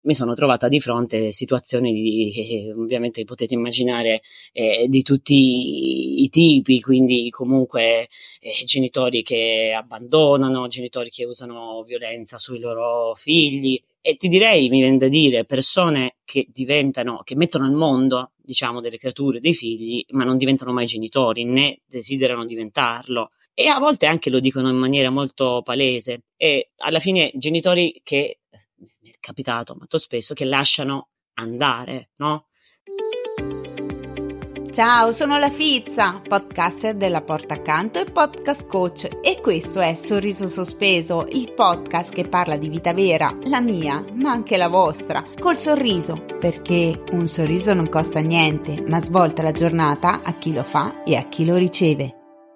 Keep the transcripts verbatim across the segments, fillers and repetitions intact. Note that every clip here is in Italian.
mi sono trovata di fronte a situazioni di, che ovviamente potete immaginare eh, di tutti i tipi, quindi comunque eh, genitori che abbandonano, genitori che usano violenza sui loro figli e ti direi, mi viene da dire, persone che diventano, che mettono al mondo, diciamo, delle creature, dei figli, ma non diventano mai genitori, né desiderano diventarlo. E a volte anche lo dicono in maniera molto palese e alla fine genitori che mi è capitato molto spesso che lasciano andare, no? Ciao, sono la Fizza, podcaster della Porta Accanto e podcast coach, e questo è Sorriso Sospeso, il podcast che parla di vita vera, la mia, ma anche la vostra, col sorriso, perché un sorriso non costa niente, ma svolta la giornata a chi lo fa e a chi lo riceve.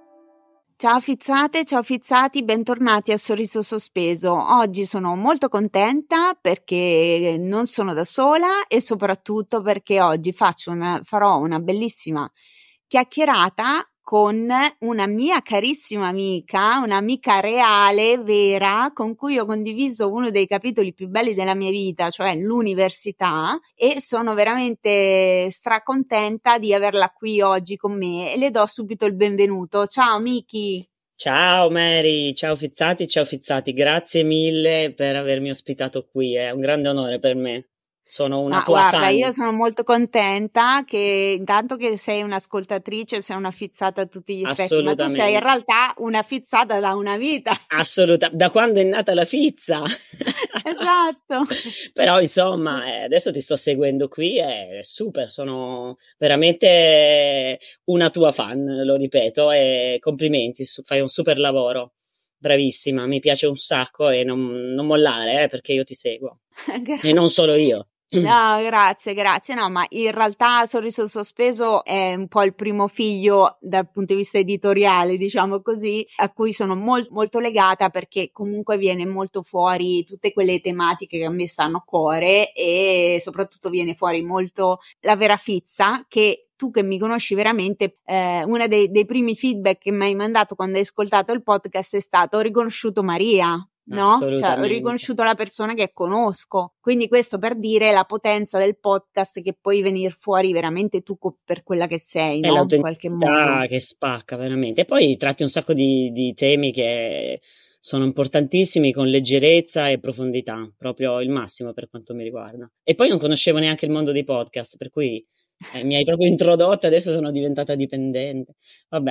Ciao fizzate, ciao fizzati, bentornati a Sorriso Sospeso. Oggi sono molto contenta perché non sono da sola e soprattutto perché oggi faccio una, farò una bellissima chiacchierata con una mia carissima amica, un'amica reale, vera, con cui ho condiviso uno dei capitoli più belli della mia vita, cioè l'università, e sono veramente stracontenta di averla qui oggi con me e le do subito il benvenuto. Ciao Miki! Ciao Mary, ciao Fizzati, ciao Fizzati, grazie mille per avermi ospitato qui, è un grande onore per me. Sono una Ma tua guarda, fan. io sono molto contenta che intanto che sei un'ascoltatrice, sei una fizzata a tutti gli effetti, ma tu sei in realtà una fizzata da una vita. Assolutamente, da quando è nata la Fizza. Esatto. Però insomma, eh, adesso ti sto seguendo qui, è super, sono veramente una tua fan, lo ripeto, e complimenti, su- fai un super lavoro. Bravissima, mi piace un sacco e non, non mollare, eh, perché io ti seguo. E non solo io. No, grazie, grazie. No, ma in realtà Sorriso Sospeso è un po' il primo figlio dal punto di vista editoriale, diciamo così, a cui sono mol- molto legata perché comunque viene molto fuori tutte quelle tematiche che a me stanno a cuore e soprattutto viene fuori molto la vera Fizza, che tu che mi conosci veramente, eh, uno dei, dei primi feedback che mi hai mandato quando hai ascoltato il podcast è stato: ho riconosciuto Maria. No? Cioè, ho riconosciuto la persona che conosco, quindi questo per dire la potenza del podcast, che puoi venire fuori veramente tu co- per quella che sei, È no? In qualche modo. che spacca veramente. E poi tratti un sacco di, di temi che sono importantissimi con leggerezza e profondità, proprio il massimo per quanto mi riguarda. E poi non conoscevo neanche il mondo dei podcast, per cui eh, mi hai proprio introdotta, adesso sono diventata dipendente. Vabbè.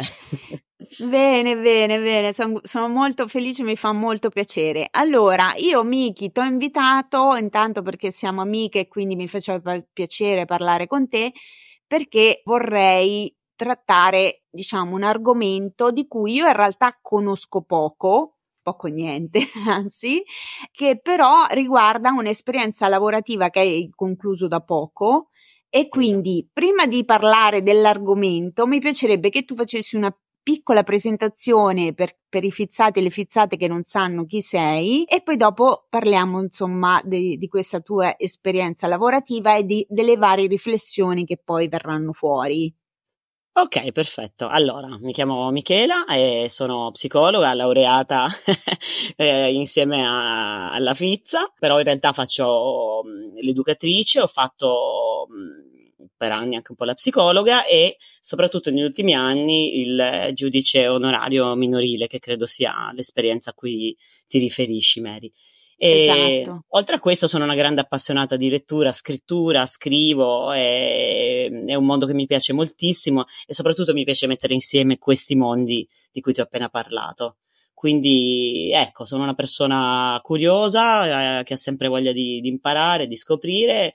Bene, bene, bene, sono, sono molto felice, mi fa molto piacere. Allora, io Miki ti ho invitato intanto perché siamo amiche e quindi mi faceva pa- piacere parlare con te, perché vorrei trattare, diciamo, un argomento di cui io in realtà conosco poco, poco niente, anzi, che però riguarda un'esperienza lavorativa che hai concluso da poco. E quindi, prima di parlare dell'argomento, mi piacerebbe che tu facessi una piccola presentazione per, per i fizzati e le fizzate che non sanno chi sei, e poi dopo parliamo insomma di, di questa tua esperienza lavorativa e di, delle varie riflessioni che poi verranno fuori. Ok, perfetto. Allora, mi chiamo Michela e sono psicologa, laureata eh, insieme a- alla Fizza, però in realtà faccio mh, l'educatrice, ho fatto mh, per anni anche un po' la psicologa e soprattutto negli ultimi anni il giudice onorario minorile, che credo sia l'esperienza a cui ti riferisci, Mary. E Esatto. oltre a questo sono una grande appassionata di lettura, scrittura, scrivo, e, è un mondo che mi piace moltissimo e soprattutto mi piace mettere insieme questi mondi di cui ti ho appena parlato. Quindi ecco, sono una persona curiosa, eh, che ha sempre voglia di, di imparare, di scoprire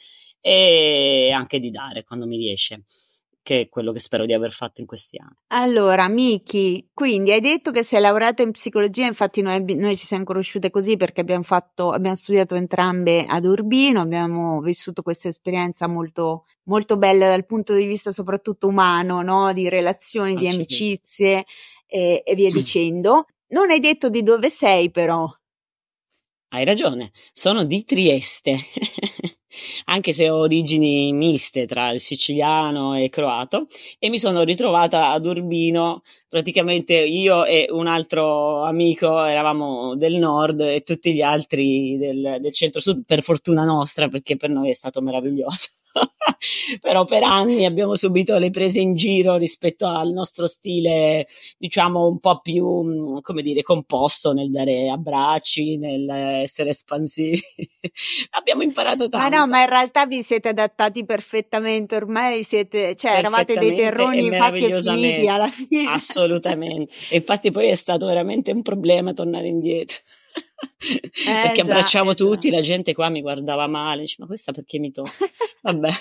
e anche di dare quando mi riesce, che è quello che spero di aver fatto in questi anni. Allora, Miki, quindi hai detto che sei laureata in psicologia, infatti noi, noi ci siamo conosciute così perché abbiamo fatto, abbiamo studiato entrambe ad Urbino, abbiamo vissuto questa esperienza molto, molto bella dal punto di vista soprattutto umano, no? Di relazioni, di amicizie e, e via dicendo. Non hai detto di dove sei però. Hai ragione, sono di Trieste. anche se ho origini miste tra il siciliano e il croato, e mi sono ritrovata ad Urbino. Praticamente io e un altro amico eravamo del nord e tutti gli altri del, del centro-sud, per fortuna nostra, perché per noi è stato meraviglioso. Però per anni abbiamo subito le prese in giro rispetto al nostro stile, diciamo un po' più, come dire, composto nel dare abbracci, nel essere espansivi. Abbiamo imparato tanto. Ma no, ma in realtà vi siete adattati perfettamente, ormai siete, cioè eravate dei terroni fatti e finiti alla fine. Assolutamente. E infatti poi è stato veramente un problema tornare indietro. Eh, perché già, abbracciavo eh, tutti, già. la gente qua mi guardava male, dice, ma questa perché mi tocca? Vabbè.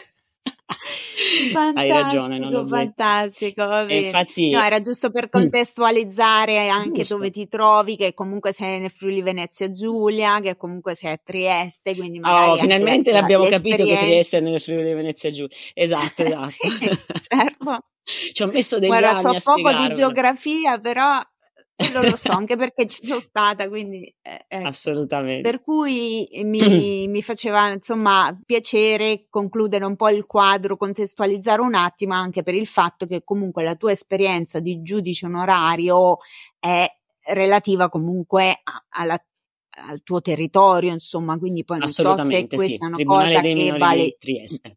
Hai ragione, non l'ho detto. Fantastico, va bene. Infatti, no, era giusto per contestualizzare anche giusto. dove ti trovi, che comunque sei nel Friuli Venezia Giulia, che comunque sei a Trieste, quindi magari Oh, anche finalmente la, l'abbiamo la, capito che Trieste è nel Friuli Venezia Giulia. Esatto, esatto. Sì, certo. Ci ho messo degli Guarda, anni so a poco di spiegarvelo. geografia, però quello lo so, anche perché ci sono stata, quindi eh, ecco. Assolutamente. Per cui mi, mi faceva insomma piacere concludere un po' il quadro, contestualizzare un attimo, anche per il fatto che comunque la tua esperienza di giudice onorario è relativa comunque a, alla, al tuo territorio, insomma, quindi poi non so se questa sì. è una Tribunale cosa dei che minori vale. di Trieste.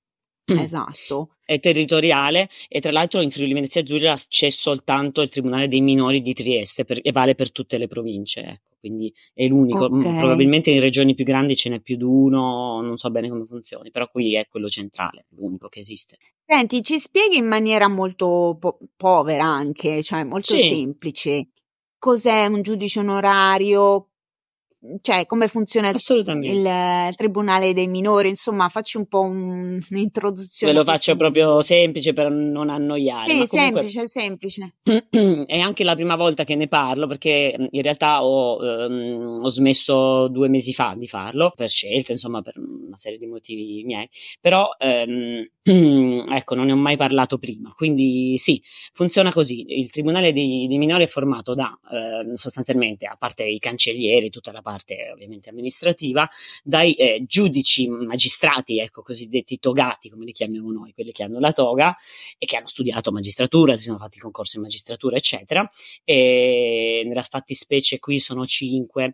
Esatto. È territoriale e tra l'altro in Friuli Venezia Giulia c'è soltanto il Tribunale dei minori di Trieste per, e vale per tutte le province, ecco, quindi è l'unico. Okay. Probabilmente in regioni più grandi ce n'è più di uno, non so bene come funzioni, però qui è quello centrale, l'unico che esiste. Senti, ci spieghi in maniera molto po- povera anche, cioè molto Sì. semplice, cos'è un giudice onorario? Cioè, come funziona il, il, il Tribunale dei minori? Insomma, facci un po' un, un'introduzione. Ve lo a questo faccio proprio mondo. semplice per non annoiare. Sì, ma comunque semplice, semplice. È anche la prima volta che ne parlo, perché in realtà ho, ehm, ho smesso due mesi fa di farlo, per scelta, insomma, per una serie di motivi miei. Però, ehm, ecco, non ne ho mai parlato prima. Quindi sì, funziona così. Il Tribunale dei, dei minori è formato da, eh, sostanzialmente, a parte i cancellieri, tutta la parte ovviamente amministrativa, dai eh, giudici magistrati, ecco, cosiddetti togati, come li chiamiamo noi, quelli che hanno la toga e che hanno studiato magistratura, si sono fatti concorsi in magistratura, eccetera. E nella fattispecie qui sono cinque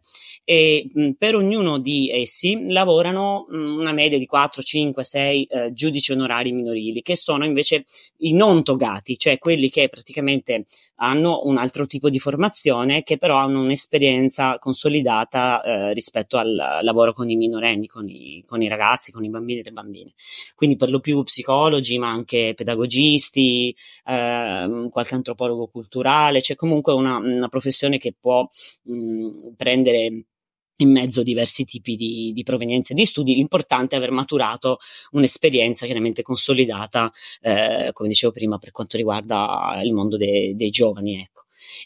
e mh, per ognuno di essi lavorano mh, una media di quattro, cinque, sei eh, giudici onorari minorili, che sono invece i non togati, cioè quelli che praticamente hanno un altro tipo di formazione, che però hanno un'esperienza consolidata eh, rispetto al lavoro con i minorenni, con i, con i ragazzi, con i bambini e le bambine. Quindi per lo più psicologi, ma anche pedagogisti, eh, qualche antropologo culturale, c'è comunque una, una professione che può mh, prendere in mezzo diversi tipi di, di provenienze di studi. L'importante è aver maturato un'esperienza chiaramente consolidata, eh, come dicevo prima, per quanto riguarda il mondo de, dei giovani, ecco.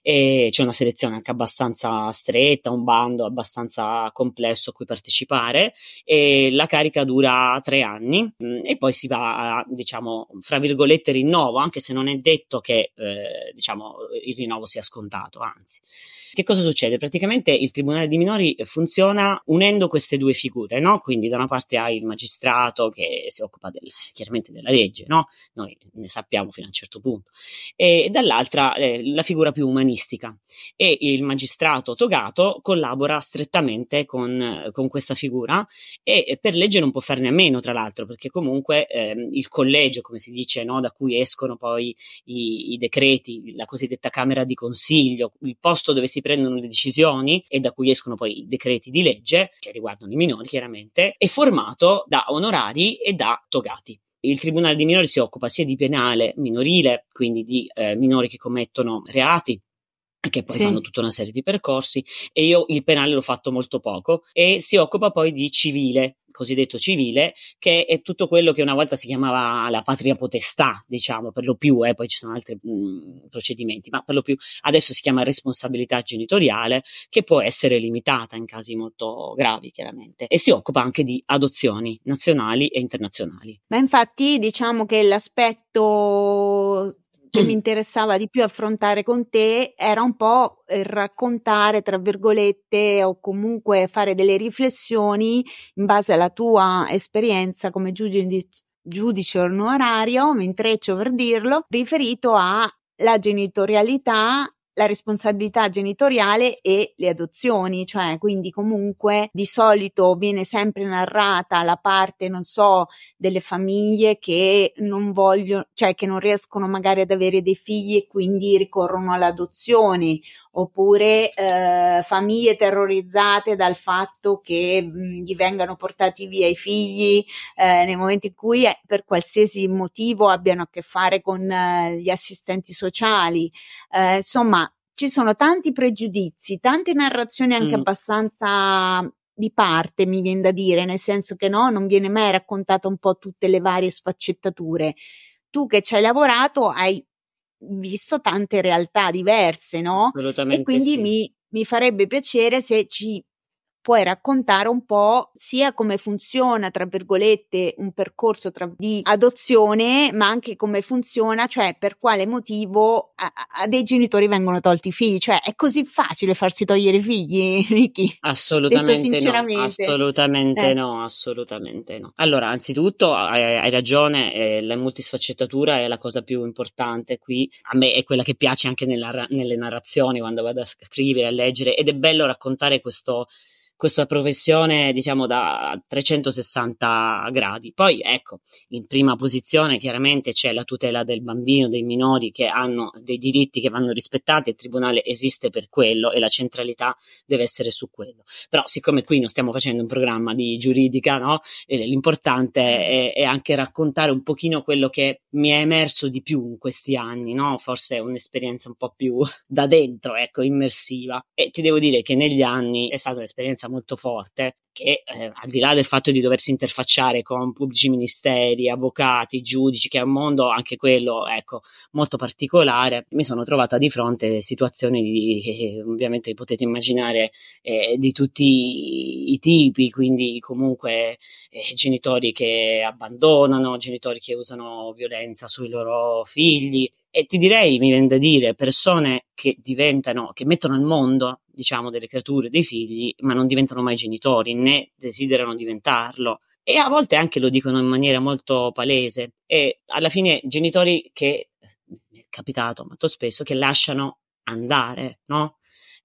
E c'è una selezione anche abbastanza stretta, un bando abbastanza complesso a cui partecipare, e la carica dura tre anni mh, e poi si va a, diciamo, fra virgolette rinnovo, anche se non è detto che eh, diciamo, il rinnovo sia scontato, anzi. Che cosa succede? Praticamente il Tribunale dei minori funziona unendo queste due figure, no? Quindi da una parte hai il magistrato che si occupa del, chiaramente della legge, no? Noi ne sappiamo fino a un certo punto, e dall'altra eh, la figura più umanistica, e il magistrato togato collabora strettamente con, con questa figura, e per legge non può farne a meno, tra l'altro, perché comunque eh, il collegio, come si dice, no? Da cui escono poi i, i decreti, la cosiddetta Camera di Consiglio, il posto dove si prendono le decisioni e da cui escono poi i decreti di legge che riguardano i minori, chiaramente, è formato da onorari e da togati. Il Tribunale dei minori si occupa sia di penale minorile, quindi di eh, minori che commettono reati, che poi sì. fanno tutta una serie di percorsi, e io il penale l'ho fatto molto poco, e si occupa poi di civile, cosiddetto civile, che è tutto quello che una volta si chiamava la patria potestà, diciamo, per lo più, eh, poi ci sono altri mh, procedimenti, ma per lo più adesso si chiama responsabilità genitoriale, che può essere limitata in casi molto gravi, chiaramente, e si occupa anche di adozioni nazionali e internazionali. Ma infatti diciamo che l'aspetto che mi interessava di più affrontare con te era un po' il raccontare, tra virgolette, o comunque fare delle riflessioni in base alla tua esperienza come giudice, giudice onorario, mi intreccio per dirlo, riferito alla genitorialità, la responsabilità genitoriale e le adozioni, cioè quindi comunque di solito viene sempre narrata la parte, non so, delle famiglie che non vogliono, cioè che non riescono magari ad avere dei figli e quindi ricorrono alle adozioni, oppure eh, famiglie terrorizzate dal fatto che mh, gli vengano portati via i figli eh, nel momento in cui eh, per qualsiasi motivo abbiano a che fare con eh, gli assistenti sociali, eh, insomma ci sono tanti pregiudizi, tante narrazioni anche mm. abbastanza di parte, mi viene da dire, nel senso che no, non viene mai raccontata un po' tutte le varie sfaccettature. Tu che ci hai lavorato hai visto tante realtà diverse, no? Assolutamente e quindi sì. mi, mi farebbe piacere se ci puoi raccontare un po' sia come funziona, tra virgolette, un percorso tra, di adozione, ma anche come funziona, cioè per quale motivo a, a dei genitori vengono tolti i figli. Cioè è così facile farsi togliere i figli, Vicky? Assolutamente Detto sinceramente. no, assolutamente eh. no, assolutamente no. Allora, anzitutto hai, hai ragione, eh, la multisfaccettatura è la cosa più importante qui. A me è quella che piace anche nella, nelle narrazioni, quando vado a scrivere, a leggere, ed è bello raccontare questo questa professione, diciamo, da trecentosessanta gradi. Poi, ecco, in prima posizione chiaramente c'è la tutela del bambino, dei minori che hanno dei diritti che vanno rispettati, il tribunale esiste per quello e la centralità deve essere su quello. Però, siccome qui non stiamo facendo un programma di giuridica, no? Eh, l'importante è, è anche raccontare un pochino quello che mi è emerso di più in questi anni, no? Forse è un'esperienza un po' più da dentro, ecco, immersiva. E ti devo dire che negli anni è stata un'esperienza molto forte che eh, al di là del fatto di doversi interfacciare con pubblici ministeri, avvocati, giudici, che è un mondo anche quello, ecco, molto particolare, mi sono trovata di fronte a situazioni di, eh, ovviamente potete immaginare, eh, di tutti i tipi, quindi comunque eh, genitori che abbandonano, genitori che usano violenza sui loro figli. E ti direi, mi viene da dire, persone che diventano, che mettono al mondo, diciamo, delle creature, dei figli, ma non diventano mai genitori, né desiderano diventarlo. E a volte anche lo dicono in maniera molto palese. E alla fine genitori che, mi è capitato molto spesso, che lasciano andare, no?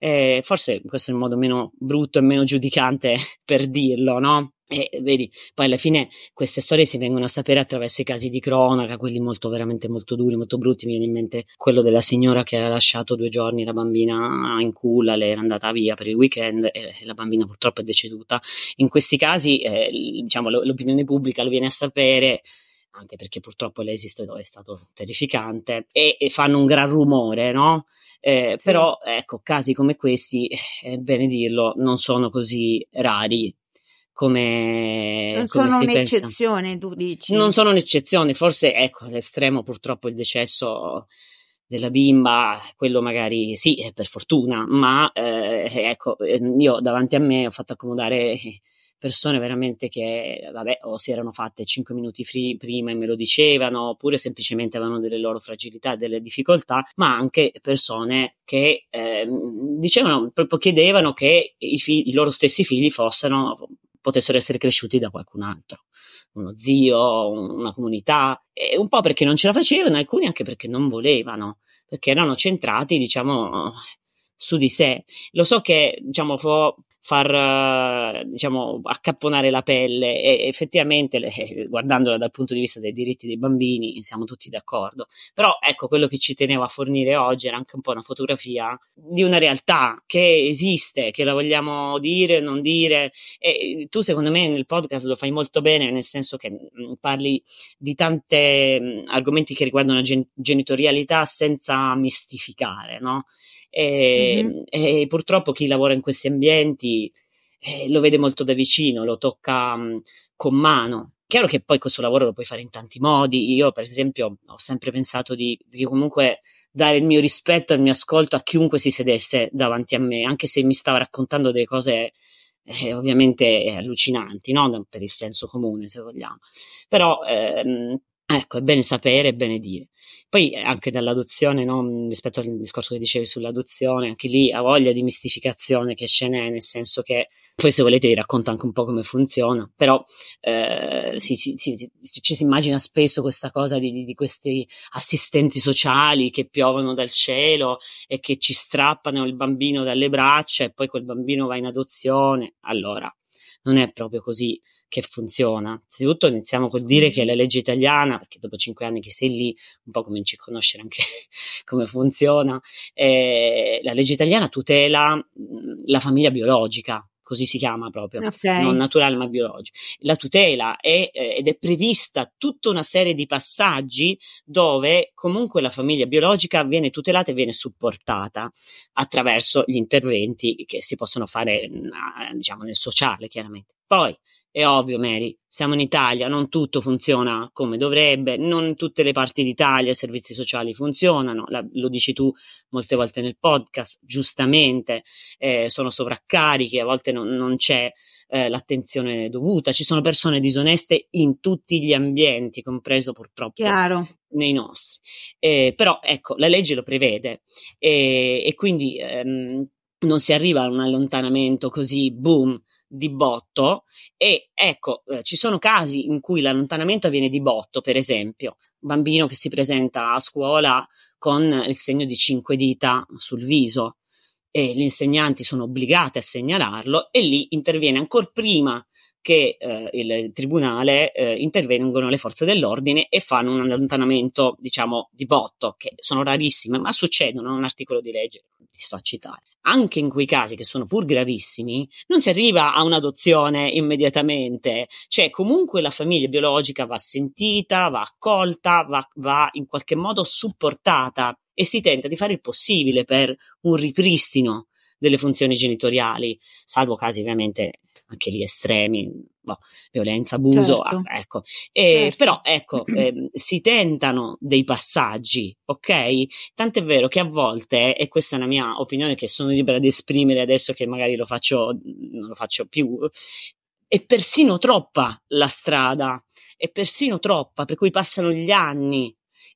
E forse questo è il modo meno brutto e meno giudicante per dirlo, no? E vedi, poi alla fine queste storie si vengono a sapere attraverso i casi di cronaca, quelli molto veramente molto duri, molto brutti. Mi viene in mente quello della signora che ha lasciato due giorni la bambina in culla, lei era andata via per il weekend e la bambina purtroppo è deceduta. In questi casi, eh, diciamo, l'opinione pubblica lo viene a sapere, anche perché purtroppo l'esito è stato terrificante, e, e fanno un gran rumore, no? Eh, sì. Però ecco, casi come questi, è bene dirlo, non sono così rari come, non come sono si un'eccezione, pensa. Tu dici? Non sono un'eccezione, forse ecco l'estremo purtroppo il decesso della bimba, quello magari sì, per fortuna, ma eh, ecco, io davanti a me ho fatto accomodare persone veramente che, vabbè, o si erano fatte cinque minuti free prima e me lo dicevano, oppure semplicemente avevano delle loro fragilità, delle difficoltà, ma anche persone che eh, dicevano, proprio chiedevano che i, figli, i loro stessi figli fossero, potessero essere cresciuti da qualcun altro, uno zio, una comunità, e un po' perché non ce la facevano, alcuni anche perché non volevano, perché erano centrati, diciamo, su di sé. Lo so che, diciamo, può far, diciamo, accapponare la pelle, e effettivamente, guardandola dal punto di vista dei diritti dei bambini, siamo tutti d'accordo. Però, ecco, quello che ci tenevo a fornire oggi era anche un po' una fotografia di una realtà che esiste, che la vogliamo dire, non dire, e tu secondo me nel podcast lo fai molto bene, nel senso che parli di tante argomenti che riguardano la gen- genitorialità senza mistificare, no? E, mm-hmm. e purtroppo chi lavora in questi ambienti eh, lo vede molto da vicino, lo tocca mh, con mano. Chiaro che poi questo lavoro lo puoi fare in tanti modi. Io per esempio ho sempre pensato di, di comunque dare il mio rispetto e il mio ascolto a chiunque si sedesse davanti a me, anche se mi stava raccontando delle cose eh, ovviamente allucinanti, no? Per il senso comune, se vogliamo. Però ehm, Ecco, è bene sapere, è bene dire. Poi anche dall'adozione, no? Rispetto al discorso che dicevi sull'adozione, anche lì ha voglia di mistificazione che ce n'è, nel senso che poi se volete vi racconto anche un po' come funziona, però eh, sì, sì, sì, ci si immagina spesso questa cosa di, di, di questi assistenti sociali che piovono dal cielo e che ci strappano il bambino dalle braccia e poi quel bambino va in adozione. Allora, non è proprio così che funziona. Innanzitutto iniziamo col dire che la legge italiana, perché dopo cinque anni che sei lì un po' cominci a conoscere anche come funziona, eh, la legge italiana tutela mh, la famiglia biologica, così si chiama proprio, okay. Non naturale ma biologica. La tutela è, eh, ed è prevista tutta una serie di passaggi dove comunque la famiglia biologica viene tutelata e viene supportata attraverso gli interventi che si possono fare, diciamo, nel sociale, chiaramente. Poi è ovvio, Mary, siamo in Italia, non tutto funziona come dovrebbe, non in tutte le parti d'Italia i servizi sociali funzionano, la, lo dici tu molte volte nel podcast, giustamente, eh, sono sovraccarichi, a volte non, non c'è eh, l'attenzione dovuta, ci sono persone disoneste in tutti gli ambienti, compreso purtroppo Chiaro. nei nostri. Eh, però ecco, la legge lo prevede e, e quindi ehm, non si arriva a un allontanamento così boom di botto e ecco eh, ci sono casi in cui l'allontanamento avviene di botto, per esempio un bambino che si presenta a scuola con il segno di cinque dita sul viso e gli insegnanti sono obbligati a segnalarlo e lì interviene ancora prima che eh, il tribunale eh, intervengono le forze dell'ordine e fanno un allontanamento, diciamo, di botto, che sono rarissime, ma succedono, un articolo di legge, ti sto a citare. Anche in quei casi che sono pur gravissimi, non si arriva a un'adozione immediatamente, cioè comunque la famiglia biologica va sentita, va accolta, va, va in qualche modo supportata e si tenta di fare il possibile per un ripristino delle funzioni genitoriali, salvo casi ovviamente anche lì estremi, boh, violenza, abuso, Certo. ah, ecco. E, Certo. Però ecco, eh, si tentano dei passaggi, ok? Tant'è vero che a volte, e questa è una mia opinione che sono libera di esprimere adesso che magari lo faccio, non lo faccio più, è persino troppa la strada, è persino troppa, per cui passano gli anni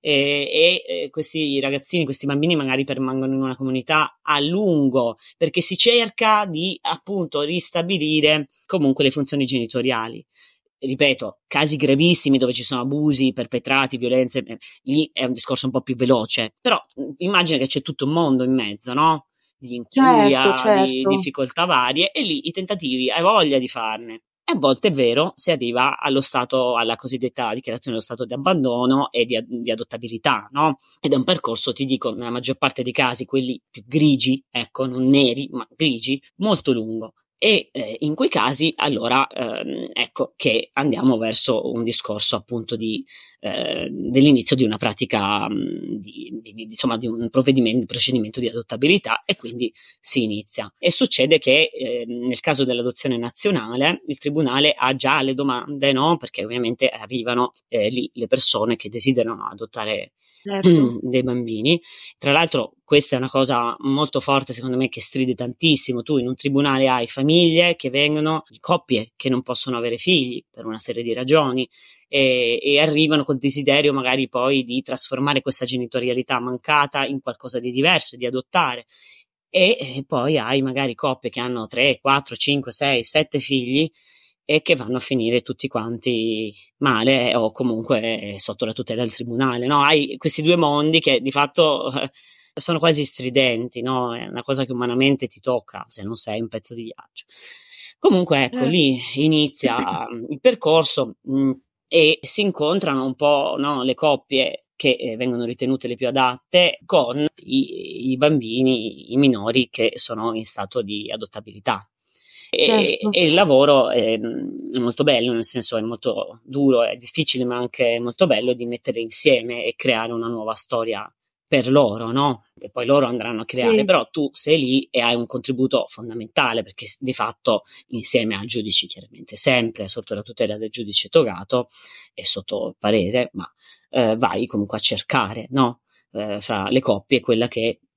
e, e questi ragazzini, questi bambini magari permangono in una comunità a lungo perché si cerca di appunto ristabilire comunque le funzioni genitoriali. Ripeto, casi gravissimi dove ci sono abusi perpetrati, violenze, eh, lì è un discorso un po' più veloce, però immagina che c'è tutto un mondo in mezzo, no? Di incuria, Certo, certo. di difficoltà varie e lì i tentativi hai voglia di farne. E a volte è vero, si arriva allo stato, alla cosiddetta dichiarazione dello stato di abbandono e di, di adottabilità, no? Ed è un percorso, ti dico, nella maggior parte dei casi, quelli più grigi, ecco, non neri, ma grigi, molto lungo. E eh, in quei casi, allora, ehm, ecco che andiamo verso un discorso appunto di, eh, dell'inizio di una pratica, mh, di, di, di, insomma, di un provvedimento, un procedimento di adottabilità e quindi si inizia. E succede che eh, nel caso dell'adozione nazionale il tribunale ha già le domande, no? Perché ovviamente arrivano eh, lì le persone che desiderano adottare Certo. dei bambini. Tra l'altro questa è una cosa molto forte secondo me che stride tantissimo. Tu in un tribunale hai famiglie che vengono, coppie che non possono avere figli per una serie di ragioni e, e arrivano col desiderio magari poi di trasformare questa genitorialità mancata in qualcosa di diverso, di adottare. E, e poi hai magari coppie che hanno tre, quattro, cinque, sei, sette figli e che vanno a finire tutti quanti male o comunque sotto la tutela del tribunale, no? Hai questi due mondi che di fatto eh, sono quasi stridenti, no? È una cosa che umanamente ti tocca se non sei un pezzo di ghiaccio. Comunque ecco, Eh. lì inizia il percorso mh, e si incontrano un po', no, le coppie che eh, vengono ritenute le più adatte con i, i bambini, i minori che sono in stato di adottabilità. E, Certo. e il lavoro è, è molto bello, nel senso è molto duro, è difficile, ma anche molto bello di mettere insieme e creare una nuova storia per loro, no? E poi loro andranno a creare, Sì. però tu sei lì e hai un contributo fondamentale perché di fatto insieme al giudice, chiaramente sempre sotto la tutela del giudice togato e sotto parere, ma eh, vai comunque a cercare, no? Eh, fra le coppie quella che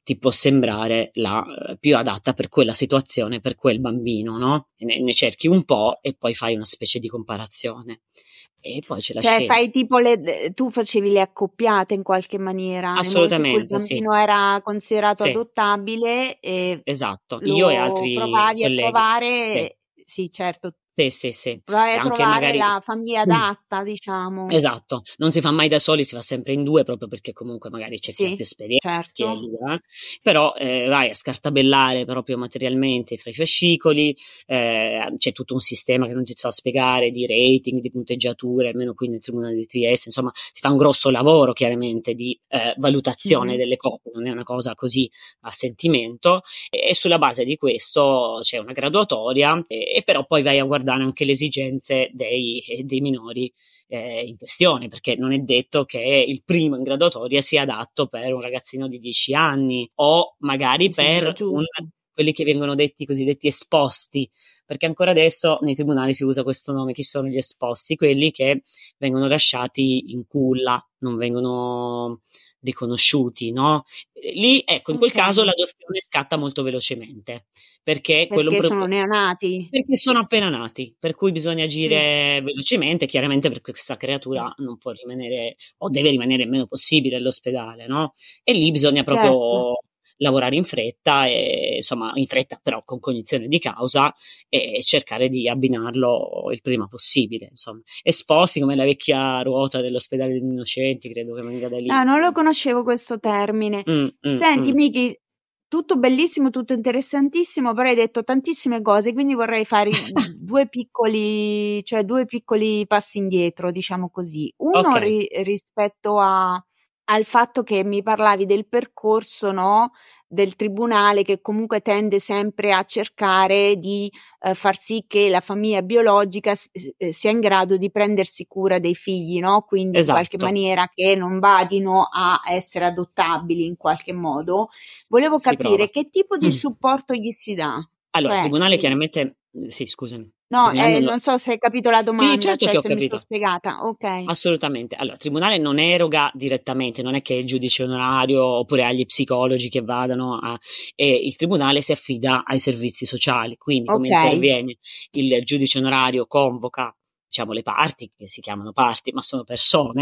ti può sembrare la uh, più adatta per quella situazione, per quel bambino, no? Ne, ne cerchi un po' e poi fai una specie di comparazione. E poi c'è la Cioè scelta. fai tipo le, tu facevi le accoppiate in qualche maniera, nel momento in cui il Assolutamente, sì. bambino era considerato Sì, adottabile e esatto. Io e lo altri provavi a colleghi. Sì, trovare, sì certo, sì, sì, sì. provavi E a anche trovare magari. la famiglia Mm. adatta, diciamo. Esatto, non si fa mai da soli, si fa sempre in due, proprio perché comunque magari c'è chi ha più Sì, esperienza, chi è lì, certo. eh? Però eh, vai a scartabellare proprio materialmente fra i fascicoli, eh, c'è tutto un sistema che non ti so spiegare di rating, di punteggiature, almeno qui nel Tribunale di Trieste, insomma si fa un grosso lavoro chiaramente di eh, valutazione Mhm. delle coppie, non è una cosa così a sentimento, e, e sulla base di questo c'è una graduatoria, e, e però poi vai a guardare anche le esigenze dei, dei minori Eh, in questione, perché non è detto che il primo in graduatoria sia adatto per un ragazzino di dieci anni o magari Mi sembra per un, giusto. quelli che vengono detti cosiddetti esposti, perché ancora adesso nei tribunali si usa questo nome. Chi sono gli esposti? Quelli che vengono lasciati in culla, non vengono riconosciuti, no? Lì, ecco, in quel Ok, caso l'adozione scatta molto velocemente, perché quello è un perché sono pro- neonati. perché sono appena nati, per cui bisogna Sì. agire velocemente, chiaramente perché questa creatura non può rimanere o deve rimanere il meno possibile all'ospedale, no? E lì bisogna Certo. proprio lavorare in fretta, e, insomma in fretta però con cognizione di causa, e cercare di abbinarlo il prima possibile, insomma. Esposti come la vecchia ruota dell'ospedale degli innocenti, credo che venga da lì. No, non lo conoscevo questo termine. Mm, mm, Senti, mm. Miki, tutto bellissimo, tutto interessantissimo, però hai detto tantissime cose, quindi vorrei fare due piccoli, cioè due piccoli passi indietro, diciamo così. Uno Ok, ri- rispetto a- al fatto che mi parlavi del percorso, no? Del tribunale che comunque tende sempre a cercare di eh, far sì che la famiglia biologica s- eh, sia in grado di prendersi cura dei figli, no? Quindi in qualche esatto. maniera che non vadino a essere adottabili in qualche modo. Volevo Si prova. capire che tipo di Mm. supporto gli si dà. Allora, il Cioè, tribunale i- chiaramente, sì, scusami, il no, tribunale eh, non lo. non so se hai capito la Sì, domanda, certo cioè che ho se mi sono capito. spiegata. Ok, Assolutamente. Allora, il tribunale non eroga direttamente, non è che il giudice onorario oppure agli psicologi che vadano a. E il tribunale si affida ai servizi sociali, quindi come ok, interviene il giudice onorario, convoca, diciamo, le parti, che si chiamano parti, ma sono persone,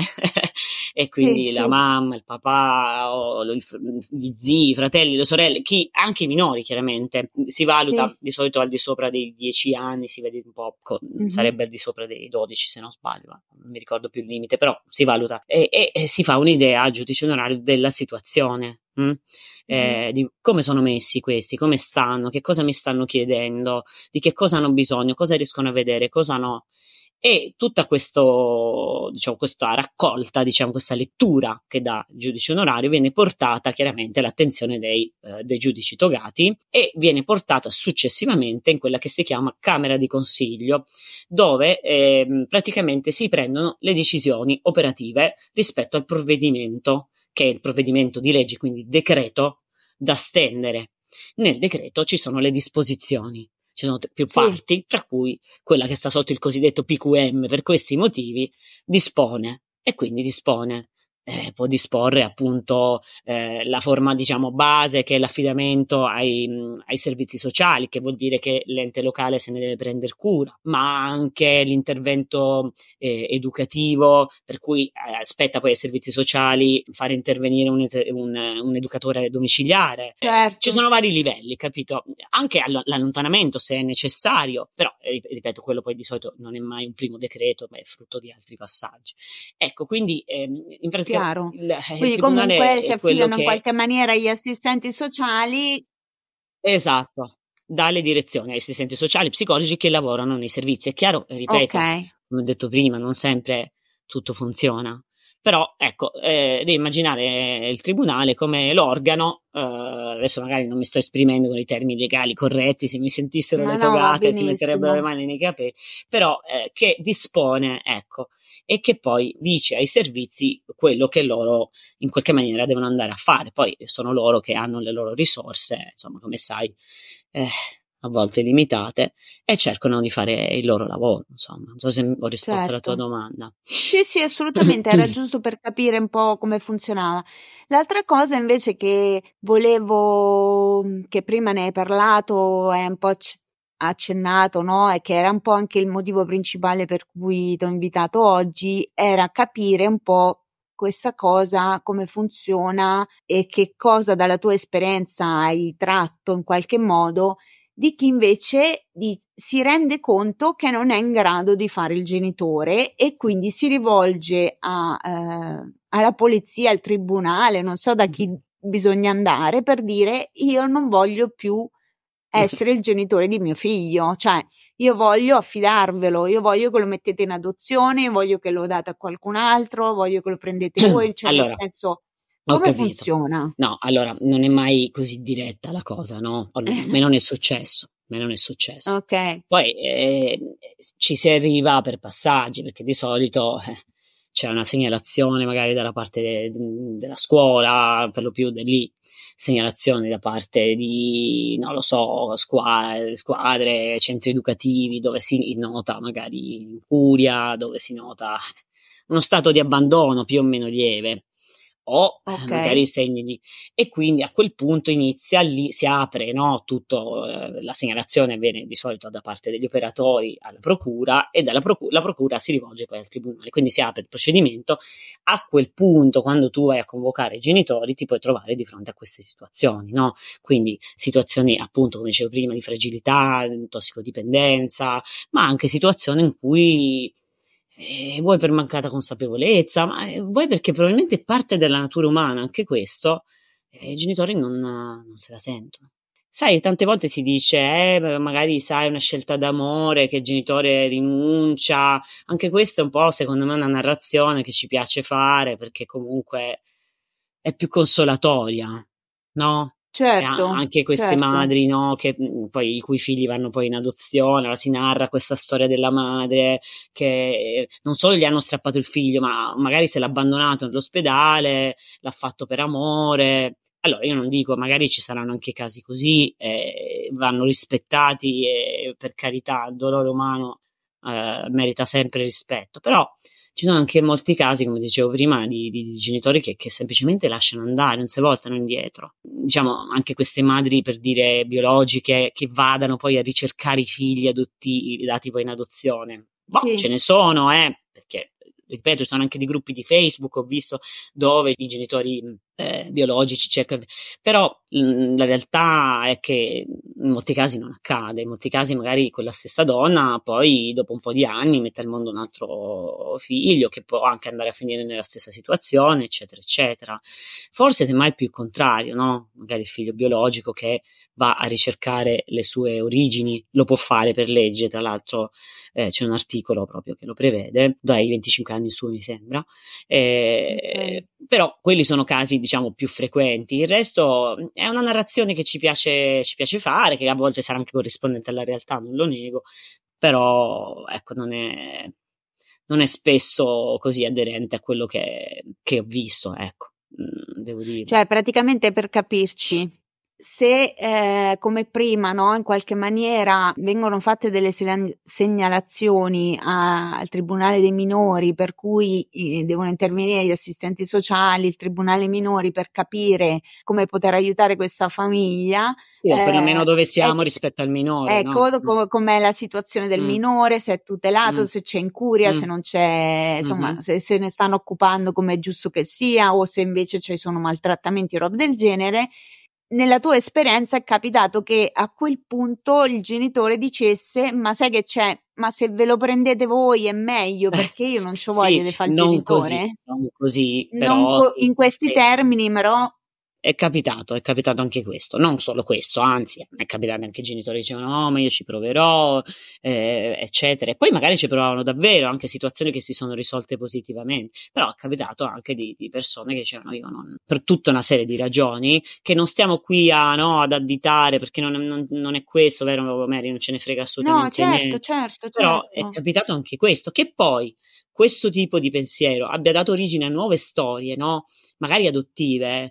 e sì, quindi la sì, mamma, il papà, o il fr- gli zii, i fratelli, le sorelle, chi, anche i minori chiaramente, si valuta sì, di solito al di sopra dei dieci anni, si vede un po', co- mhm, sarebbe al di sopra dei dodici se non sbaglio, ma non mi ricordo più il limite, però si valuta e, e- e si fa un'idea al giudice onorario della situazione. Hm? mhm. Eh, di come sono messi questi, come stanno, che cosa mi stanno chiedendo, di che cosa hanno bisogno, cosa riescono a vedere, cosa no. E tutta questo, diciamo, questa raccolta, diciamo, questa lettura che dà il giudice onorario viene portata chiaramente all'attenzione dei, eh, dei giudici togati e viene portata successivamente in quella che si chiama Camera di Consiglio, dove eh, praticamente si prendono le decisioni operative rispetto al provvedimento, che è il provvedimento di legge, quindi decreto da stendere. Nel decreto ci sono le disposizioni. Ci sono più Sì, parti, tra cui quella che sta sotto il cosiddetto P Q M, per questi motivi dispone, e quindi dispone, eh, può disporre appunto eh, la forma, diciamo, base, che è l'affidamento ai, mh, ai servizi sociali, che vuol dire che l'ente locale se ne deve prendere cura, ma anche l'intervento eh, educativo, per cui eh, aspetta poi ai servizi sociali fare intervenire un, un, un educatore domiciliare. Eh, ci certo, sono vari livelli, capito? Anche allontanamento se è necessario, però eh, ripeto, quello poi di solito non è mai un primo decreto, ma è frutto di altri passaggi. Ecco, quindi ehm, in pratica chiaro. il, eh, il Quindi tribunale comunque si è quello affidano in che. qualche maniera agli assistenti sociali. Esatto, dà le direzioni agli assistenti sociali, psicologi che lavorano nei servizi. È chiaro, Ok, ripeto, come ho detto prima, non sempre tutto funziona, però ecco, eh, devi immaginare il tribunale come l'organo, eh, adesso magari non mi sto esprimendo con i termini legali corretti, se mi sentissero ma le no, va togate si metterebbero le benissimo. mani nei capelli, però eh, che dispone, ecco, e che poi dice ai servizi quello che loro in qualche maniera devono andare a fare. Poi sono loro che hanno le loro risorse, insomma, come sai, eh, a volte limitate, e cercano di fare il loro lavoro, insomma. Non so se ho risposto certo. alla tua domanda. Sì, sì, assolutamente, era giusto per capire un po' come funzionava. L'altra cosa invece che volevo, che prima ne hai parlato, è un po' accennato, no? E che era un po' anche il motivo principale per cui ti ho invitato oggi, era capire un po' questa cosa, come funziona e che cosa dalla tua esperienza hai tratto in qualche modo di chi invece di, si rende conto che non è in grado di fare il genitore e quindi si rivolge a, eh, alla polizia, al tribunale, non so da chi bisogna andare per dire io non voglio più essere il genitore di mio figlio, cioè io voglio affidarvelo, io voglio che lo mettete in adozione, io voglio che lo date a qualcun altro, voglio che lo prendete voi, cioè allora, nel senso come funziona? No, allora non è mai così diretta la cosa, no? A me non è successo, a me non è successo. Ok. Poi eh, ci si arriva per passaggi, perché di solito eh, c'è una segnalazione magari dalla parte de- della scuola, per lo più da lì, segnalazioni da parte di, non lo so, squadre, squadre, centri educativi, dove si nota magari incuria, dove si nota uno stato di abbandono più o meno lieve, o okay. magari segni di, e quindi a quel punto inizia lì, si apre, no, tutto, eh, la segnalazione avviene di solito da parte degli operatori alla procura, e dalla procura, la procura si rivolge poi al tribunale, quindi si apre il procedimento. A quel punto, quando tu vai a convocare i genitori, ti puoi trovare di fronte a queste situazioni, no? Quindi situazioni, appunto, come dicevo prima, di fragilità, tossicodipendenza, ma anche situazioni in cui Eh, vuoi per mancata consapevolezza, ma eh, vuoi perché probabilmente è parte della natura umana anche questo, eh, i genitori non, non se la sentono. Sai, tante volte si dice, eh, magari sai una scelta d'amore, che il genitore rinuncia, anche questo è un po' secondo me una narrazione che ci piace fare perché comunque è più consolatoria, no? Certo, anche queste certo. madri, no, che poi i cui figli vanno poi in adozione, si narra questa storia della madre che non solo gli hanno strappato il figlio, ma magari se l'ha abbandonato nell'ospedale, l'ha fatto per amore. Allora io non dico, magari ci saranno anche casi così, eh, vanno rispettati e per carità il dolore umano eh, merita sempre rispetto, però ci sono anche molti casi, come dicevo prima, di, di, di genitori che, che semplicemente lasciano andare, non si voltano indietro. Diciamo, anche queste madri, per dire, biologiche, che vadano poi a ricercare i figli adotti, dati poi in adozione. Boh, sì. Ce ne sono, eh, perché, ripeto, ci sono anche dei gruppi di Facebook, ho visto, dove i genitori eh, biologici cercano, però mh, la realtà è che in molti casi non accade, in molti casi magari quella stessa donna poi dopo un po' di anni mette al mondo un altro figlio che può anche andare a finire nella stessa situazione, eccetera eccetera. Forse semmai più il contrario, no? Magari il figlio biologico che va a ricercare le sue origini, lo può fare per legge, tra l'altro eh, c'è un articolo proprio che lo prevede, dai venticinque anni su mi sembra, eh, okay. Però quelli sono casi diciamo più frequenti, il resto è una narrazione che ci piace, ci piace fare, che a volte sarà anche corrispondente alla realtà, non lo nego, però ecco non è, non è spesso così aderente a quello che, che ho visto, ecco, devo dire. Cioè praticamente, per capirci, se eh, come prima, no, in qualche maniera vengono fatte delle segnalazioni a, al Tribunale dei minori, per cui eh, devono intervenire gli assistenti sociali, il Tribunale minori, per capire come poter aiutare questa famiglia, sì, eh, perlomeno dove siamo eh, rispetto al minore, ecco, no? com- com'è la situazione del mm. minore, se è tutelato, mm. se c'è incuria, mm. se non c'è, insomma, mm-hmm. se se ne stanno occupando come è giusto che sia, o se invece ci sono maltrattamenti o roba del genere. Nella tua esperienza è capitato che a quel punto il genitore dicesse: ma sai che c'è, ma se ve lo prendete voi è meglio, perché io non c'ho voglia sì, di fare il non genitore? Così, non così, non però co- sì, in questi sì. termini, però È capitato, è capitato anche questo, non solo questo, anzi è capitato anche i genitori dicevano no ma io ci proverò, eh, eccetera, e poi magari ci provavano davvero, anche situazioni che si sono risolte positivamente, però è capitato anche di, di persone che dicevano io non, per tutta una serie di ragioni, che non stiamo qui a, no, ad additare, perché non, non, non è questo, vero Mary, non ce ne frega assolutamente no, certo, niente, certo, però certo. è capitato anche questo, che poi questo tipo di pensiero abbia dato origine a nuove storie, no, magari adottive,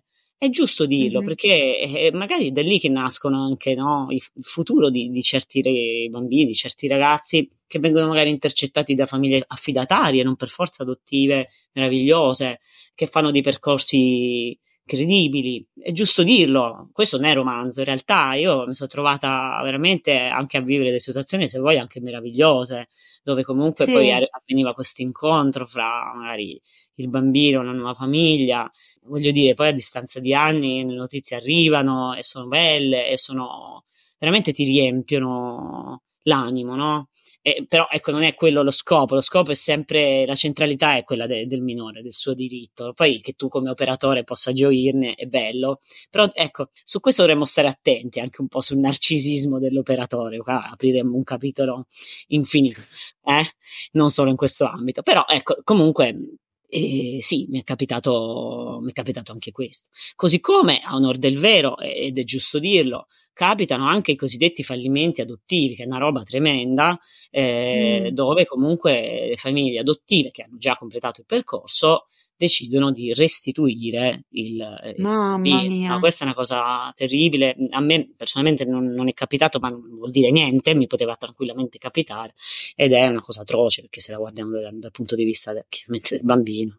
è giusto dirlo, Mm-hmm. perché è magari è da lì che nascono anche, no, il futuro di, di certi re, bambini, di certi ragazzi che vengono magari intercettati da famiglie affidatarie, non per forza adottive, meravigliose, che fanno dei percorsi credibili. È giusto dirlo, questo non è romanzo, in realtà io mi sono trovata veramente anche a vivere delle situazioni, se vuoi, anche meravigliose, dove comunque Sì. poi avveniva questo incontro fra magari il bambino e una nuova famiglia. Voglio dire, poi a distanza di anni le notizie arrivano e sono belle e sono veramente ti riempiono l'animo, no? Eh, però ecco, non è quello lo scopo, lo scopo è sempre, la centralità è quella de- del minore, del suo diritto. Poi che tu come operatore possa gioirne è bello, però ecco, su questo dovremmo stare attenti anche un po' sul narcisismo dell'operatore. Qua apriremo un capitolo infinito, eh? Non solo in questo ambito, però ecco, comunque eh, sì, mi è capitato, mi è capitato anche questo. Così come, a onor del vero, ed è giusto dirlo, capitano anche i cosiddetti fallimenti adottivi, che è una roba tremenda, eh, Mm. dove comunque le famiglie adottive che hanno già completato il percorso decidono di restituire il, il Mamma bambino. mia. No, questa è una cosa terribile. A me personalmente non, non è capitato, ma non vuol dire niente, mi poteva tranquillamente capitare, ed è una cosa atroce, perché se la guardiamo dal, dal punto di vista del, chiaramente del bambino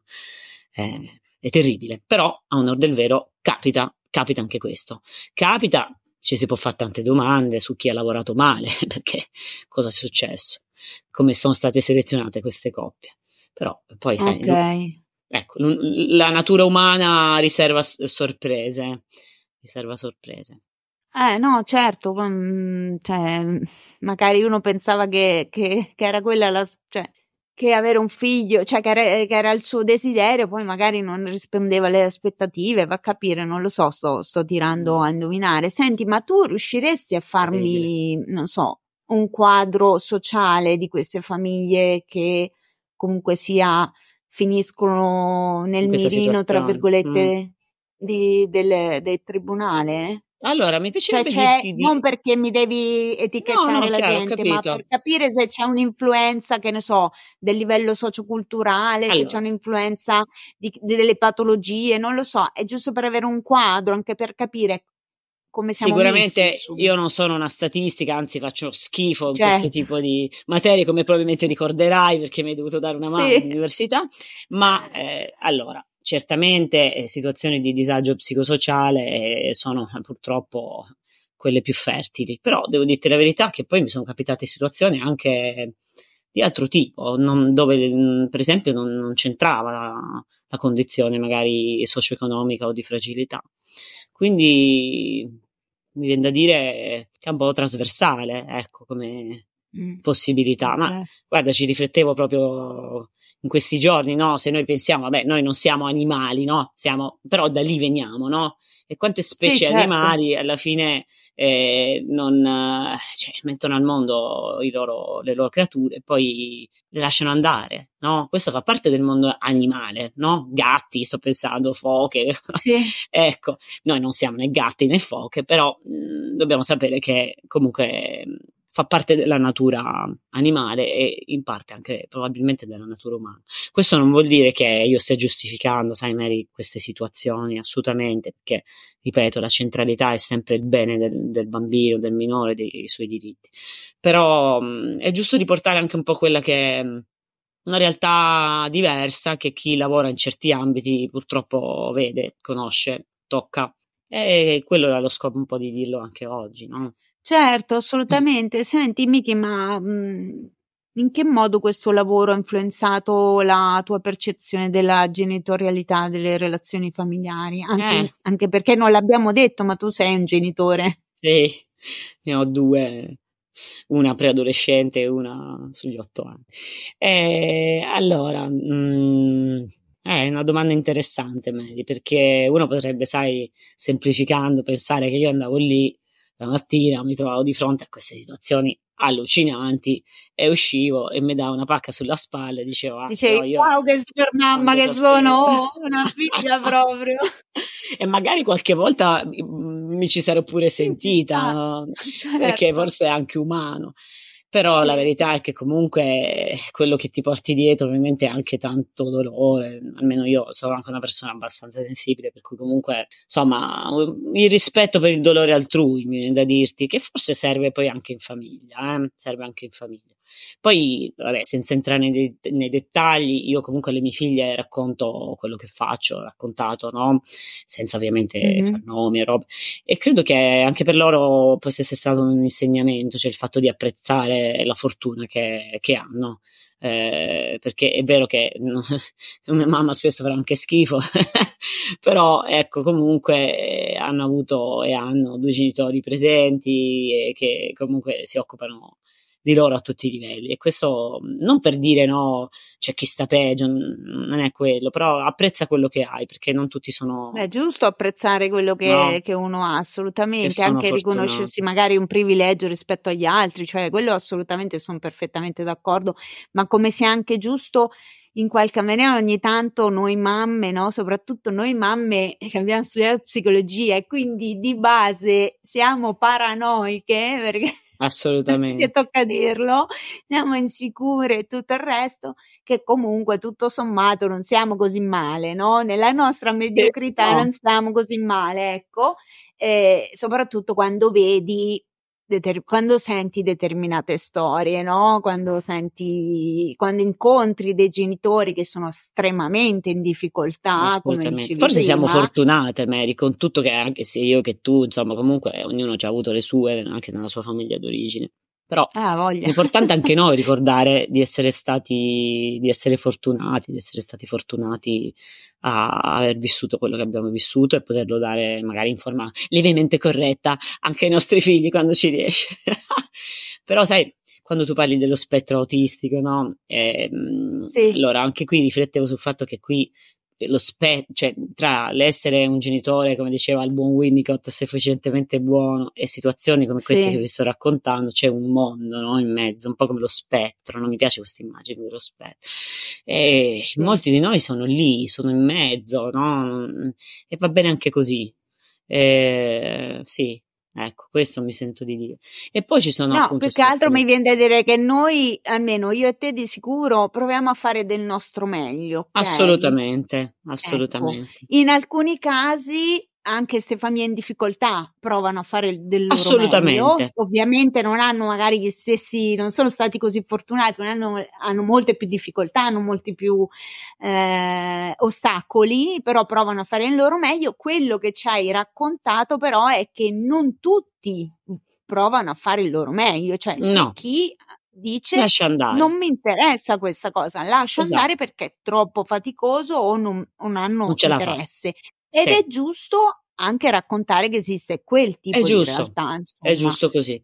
è, è terribile. Però, a onor del vero, capita, capita anche questo. Capita, ci si può fare tante domande su chi ha lavorato male, perché cosa è successo, come sono state selezionate queste coppie. Però poi sai, Ok. lui, ecco, la natura umana riserva sorprese, riserva sorprese. Eh no, certo, mm, cioè, magari uno pensava che, che, che era quella la, cioè, che avere un figlio, cioè che era, che era il suo desiderio, poi magari non rispondeva alle aspettative, va a capire, non lo so, sto, sto tirando a indovinare. Senti, ma tu riusciresti a farmi, non so, un quadro sociale di queste famiglie che comunque sia finiscono nel mirino, tra virgolette, mm. di, del, del tribunale? Allora, mi Cioè piacerebbe c'è, dirti di... non perché mi devi etichettare no, no, la chiaro, gente, ma per capire se c'è un'influenza, che ne so, del livello socioculturale, allora, se c'è un'influenza di, di, delle patologie, non lo so, è giusto per avere un quadro, anche per capire come siamo sicuramente messi, io non sono una statistica, anzi faccio schifo in cioè, questo tipo di materie, come probabilmente ricorderai, perché mi hai dovuto dare una mano sì. all'università, ma eh, allora, certamente eh, situazioni di disagio psicosociale eh, sono eh, purtroppo quelle più fertili, però devo dirti la verità che poi mi sono capitate situazioni anche di altro tipo, non, dove mh, per esempio non, non c'entrava la, la condizione magari socio-economica o di fragilità. Quindi mi viene da dire che è un po' trasversale, ecco, come mm. possibilità. Okay. Ma guarda, ci riflettevo proprio in questi giorni, no? Se noi pensiamo, vabbè, noi non siamo animali, no? Siamo, però da lì veniamo, no? E quante specie sì, certo. animali alla fine eh, non cioè, mettono al mondo i loro, le loro creature e poi le lasciano andare, no? Questo fa parte del mondo animale, no? Gatti, sto pensando, foche. Sì. Ecco, noi non siamo né gatti né foche, però mh, dobbiamo sapere che comunque mh, fa parte della natura animale e in parte anche probabilmente della natura umana. Questo non vuol dire che io stia giustificando, sai Mary, queste situazioni, assolutamente, perché, ripeto, la centralità è sempre il bene del, del bambino, del minore, dei, dei suoi diritti. Però mh, è giusto riportare anche un po' quella che è una realtà diversa che chi lavora in certi ambiti purtroppo vede, conosce, tocca. E quello era lo scopo un po' di dirlo anche oggi, no? Certo, assolutamente. Senti, Miki, ma mh, in che modo questo lavoro ha influenzato la tua percezione della genitorialità delle relazioni familiari? Anzi, Eh. anche perché non l'abbiamo detto, ma tu sei un genitore. Sì, ne ho due, una preadolescente e una sugli otto anni. E allora, mh, è una domanda interessante, Mary, perché uno potrebbe, sai, semplificando, pensare che io andavo lì la mattina, mi trovavo di fronte a queste situazioni allucinanti e uscivo e mi dava una pacca sulla spalla e dicevo ah, dicevi no, io wow che super mamma che sono, oh, una figlia proprio. E magari qualche volta mi ci sarò pure sentita, ah, no? certo. Perché forse è anche umano. Però la verità è che comunque quello che ti porti dietro ovviamente è anche tanto dolore, almeno io sono anche una persona abbastanza sensibile, per cui comunque insomma il rispetto per il dolore altrui, mi viene da dirti, che forse serve poi anche in famiglia, eh? Serve anche in famiglia. Poi, vabbè, senza entrare nei, de- nei dettagli, io comunque alle mie figlie racconto quello che faccio, ho raccontato, no? Senza ovviamente Mm-hmm. far nomi e robe. E credo che anche per loro possa essere stato un insegnamento, cioè il fatto di apprezzare la fortuna che, che hanno. Eh, perché è vero che no, mia mamma spesso farà anche schifo, però ecco, comunque hanno avuto e hanno due genitori presenti e che comunque si occupano di loro a tutti i livelli, e questo non per dire no, c'è chi sta peggio, non è quello, però apprezza quello che hai, perché non tutti sono... È giusto apprezzare quello che, no, che uno ha, assolutamente, anche fortunati. riconoscersi magari un privilegio rispetto agli altri, cioè quello assolutamente, sono perfettamente d'accordo, ma come sia anche giusto in qualche maniera ogni tanto noi mamme, no? Soprattutto noi mamme che abbiamo studiato psicologia e quindi di base siamo paranoiche, perché assolutamente che tocca dirlo, siamo insicure e tutto il resto, che comunque tutto sommato non siamo così male, no? Nella nostra mediocrità no. non stiamo così male, ecco, e soprattutto quando vedi Deter- quando senti determinate storie, no? Quando senti, quando incontri dei genitori che sono estremamente in difficoltà, come dicevi forse prima. siamo fortunate, Mary, con tutto che anche sia io che tu, insomma, comunque ognuno ci ha avuto le sue, anche nella sua famiglia d'origine. Però Ah, voglia. è importante anche noi ricordare di essere stati, di essere fortunati, di essere stati fortunati a aver vissuto quello che abbiamo vissuto e poterlo dare magari in forma lievemente corretta anche ai nostri figli quando ci riesce. Però sai, quando tu parli dello spettro autistico, no? Eh, Sì. Allora anche qui riflettevo sul fatto che qui lo spe- cioè tra l'essere un genitore, come diceva il buon Winnicott, sufficientemente buono, e situazioni come queste Sì. che vi sto raccontando, c'è un mondo, no, in mezzo, un po' come lo spettro. Non mi piace questa immagine dello spettro, e Sì. molti di noi sono lì, sono in mezzo, no? E va bene anche così. Eh, sì, ecco, questo mi sento di dire. E poi ci sono No, appunto più che altro situazioni... mi viene da dire che noi, almeno io e te di sicuro, proviamo a fare del nostro meglio, ok? Assolutamente, Ecco, assolutamente. in alcuni casi anche ste famiglie in difficoltà provano a fare del loro Assolutamente. meglio, ovviamente non hanno magari gli stessi, non sono stati così fortunati, non hanno, hanno molte più difficoltà, hanno molti più eh, ostacoli, però provano a fare il loro meglio. Quello che ci hai raccontato però è che non tutti provano a fare il loro meglio, cioè c'è No, chi dice lascia andare. non mi interessa questa cosa, lascio Esatto. andare perché è troppo faticoso o non, non hanno Non ce la fa. interesse. Ed Sì. è giusto anche raccontare che esiste quel tipo È di giusto, realtà, insomma. è giusto così.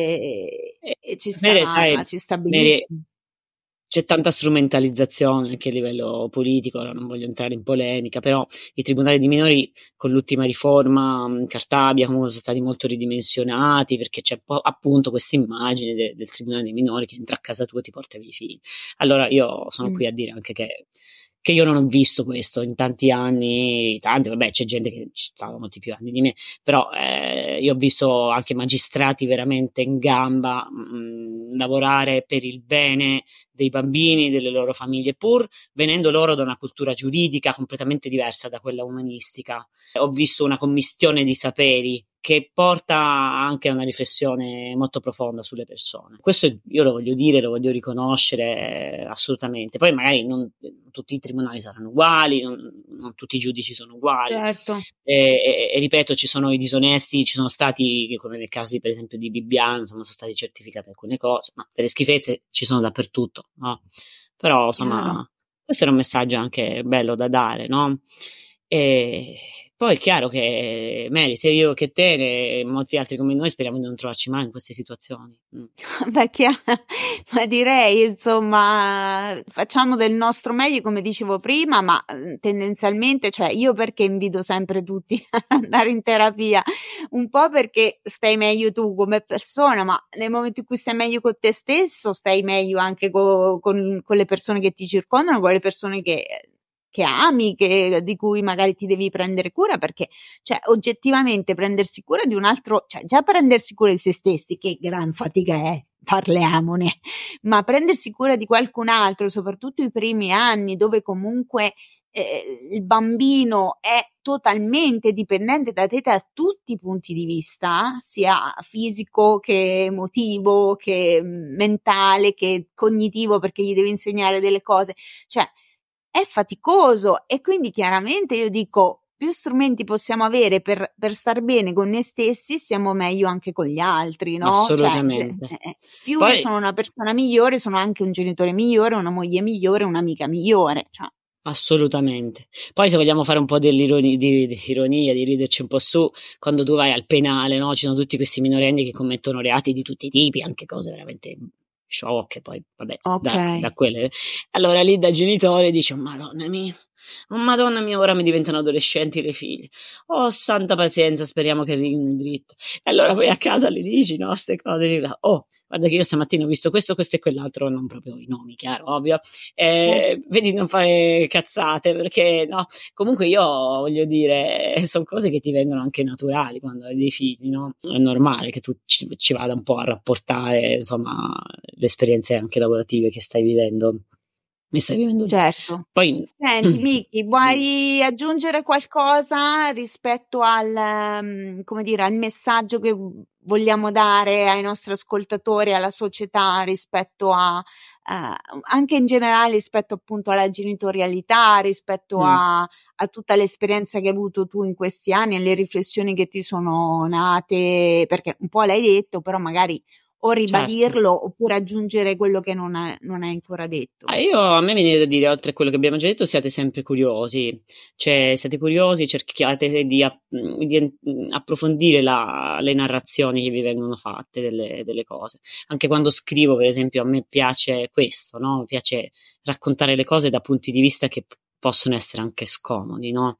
E, E, e ci Mere, sta, sai, ci sta Mere, benissimo. c'è tanta strumentalizzazione anche a livello politico, ora non voglio entrare in polemica, però i tribunali di minori con l'ultima riforma Cartabia comunque sono stati molto ridimensionati, perché c'è po- appunto questa immagine de- del tribunale dei minori che entra a casa tua e ti porta via i figli. Allora io sono Mm. qui a dire anche che che io non ho visto questo in tanti anni, tanti, vabbè, c'è gente che ci stava molti più anni di me, però eh, io ho visto anche magistrati veramente in gamba mh, lavorare per il bene dei bambini, delle loro famiglie, pur venendo loro da una cultura giuridica completamente diversa da quella umanistica. Ho visto una commistione di saperi che porta anche a una riflessione molto profonda sulle persone. Questo io lo voglio dire, lo voglio riconoscere, eh, assolutamente. Poi magari non tutti i tribunali saranno uguali, non, non tutti i giudici sono uguali. Certo. E, e, e ripeto, ci sono i disonesti, ci sono stati, come nel caso per esempio di Bibbiano, insomma, sono state certificate alcune cose, ma per le schifezze ci sono dappertutto, no? Però insomma, Chiaro. questo era un messaggio anche bello da dare, no? E poi è chiaro che Mary, sia io che te e molti altri come noi speriamo di non trovarci mai in queste situazioni. Mm. Beh, chiaro, ma direi insomma facciamo del nostro meglio come dicevo prima, ma tendenzialmente, cioè io perché invito sempre tutti ad andare in terapia, un po' perché stai meglio tu come persona, ma nel momento in cui stai meglio con te stesso stai meglio anche co- con, con le persone che ti circondano, con le persone che che ami, che, di cui magari ti devi prendere cura, perché cioè oggettivamente prendersi cura di un altro, cioè già prendersi cura di se stessi, che gran fatica è, parliamone, ma prendersi cura di qualcun altro, soprattutto i primi anni, dove comunque eh, il bambino è totalmente dipendente da te da tutti i punti di vista, sia fisico che emotivo, che mentale, che cognitivo, perché gli devi insegnare delle cose, cioè è faticoso. E quindi chiaramente io dico, più strumenti possiamo avere per, per star bene con noi stessi, stiamo meglio anche con gli altri, no? Assolutamente. Cioè, eh, più Poi, io sono una persona migliore, sono anche un genitore migliore, una moglie migliore, un'amica migliore, cioè. assolutamente. Poi se vogliamo fare un po' dell'ironia, di, di ironia, di riderci un po' su, quando tu vai al penale, no? Ci sono tutti questi minorenni che commettono reati di tutti i tipi, anche cose veramente sciocche, poi vabbè, Ok. da, da quelle. Allora lì da genitore dice, oh, madonna mia, oh, madonna mia, ora mi diventano adolescenti le figlie. Oh, santa pazienza, speriamo che righino dritto. E allora poi a casa le dici, no, ste cose, oh, guarda che io stamattina ho visto questo, questo e quell'altro, non proprio i nomi, chiaro, ovvio, eh, eh. Vedi non fare cazzate, perché no, comunque io voglio dire, sono cose che ti vengono anche naturali quando hai dei figli, no? È normale che tu ci, ci vada un po' a rapportare, insomma, le esperienze anche lavorative che stai vivendo. Mi stai vivendo lì. Certo. Poi, senti Miki, vuoi aggiungere qualcosa rispetto al, um, come dire, al messaggio che vogliamo dare ai nostri ascoltatori, alla società, rispetto a uh, anche in generale rispetto appunto alla genitorialità, rispetto mm. a, a tutta l'esperienza che hai avuto tu in questi anni e le riflessioni che ti sono nate, perché un po' l'hai detto, però magari o ribadirlo, certo, oppure aggiungere quello che non hai, non hai ancora detto. Ah, io, a me viene da dire, oltre a quello che abbiamo già detto, siate sempre curiosi, cioè siate curiosi, cercate di, di approfondire la, le narrazioni che vi vengono fatte delle, delle cose. Anche quando scrivo, per esempio, a me piace questo, no? Mi piace raccontare le cose da punti di vista che possono essere anche scomodi, no?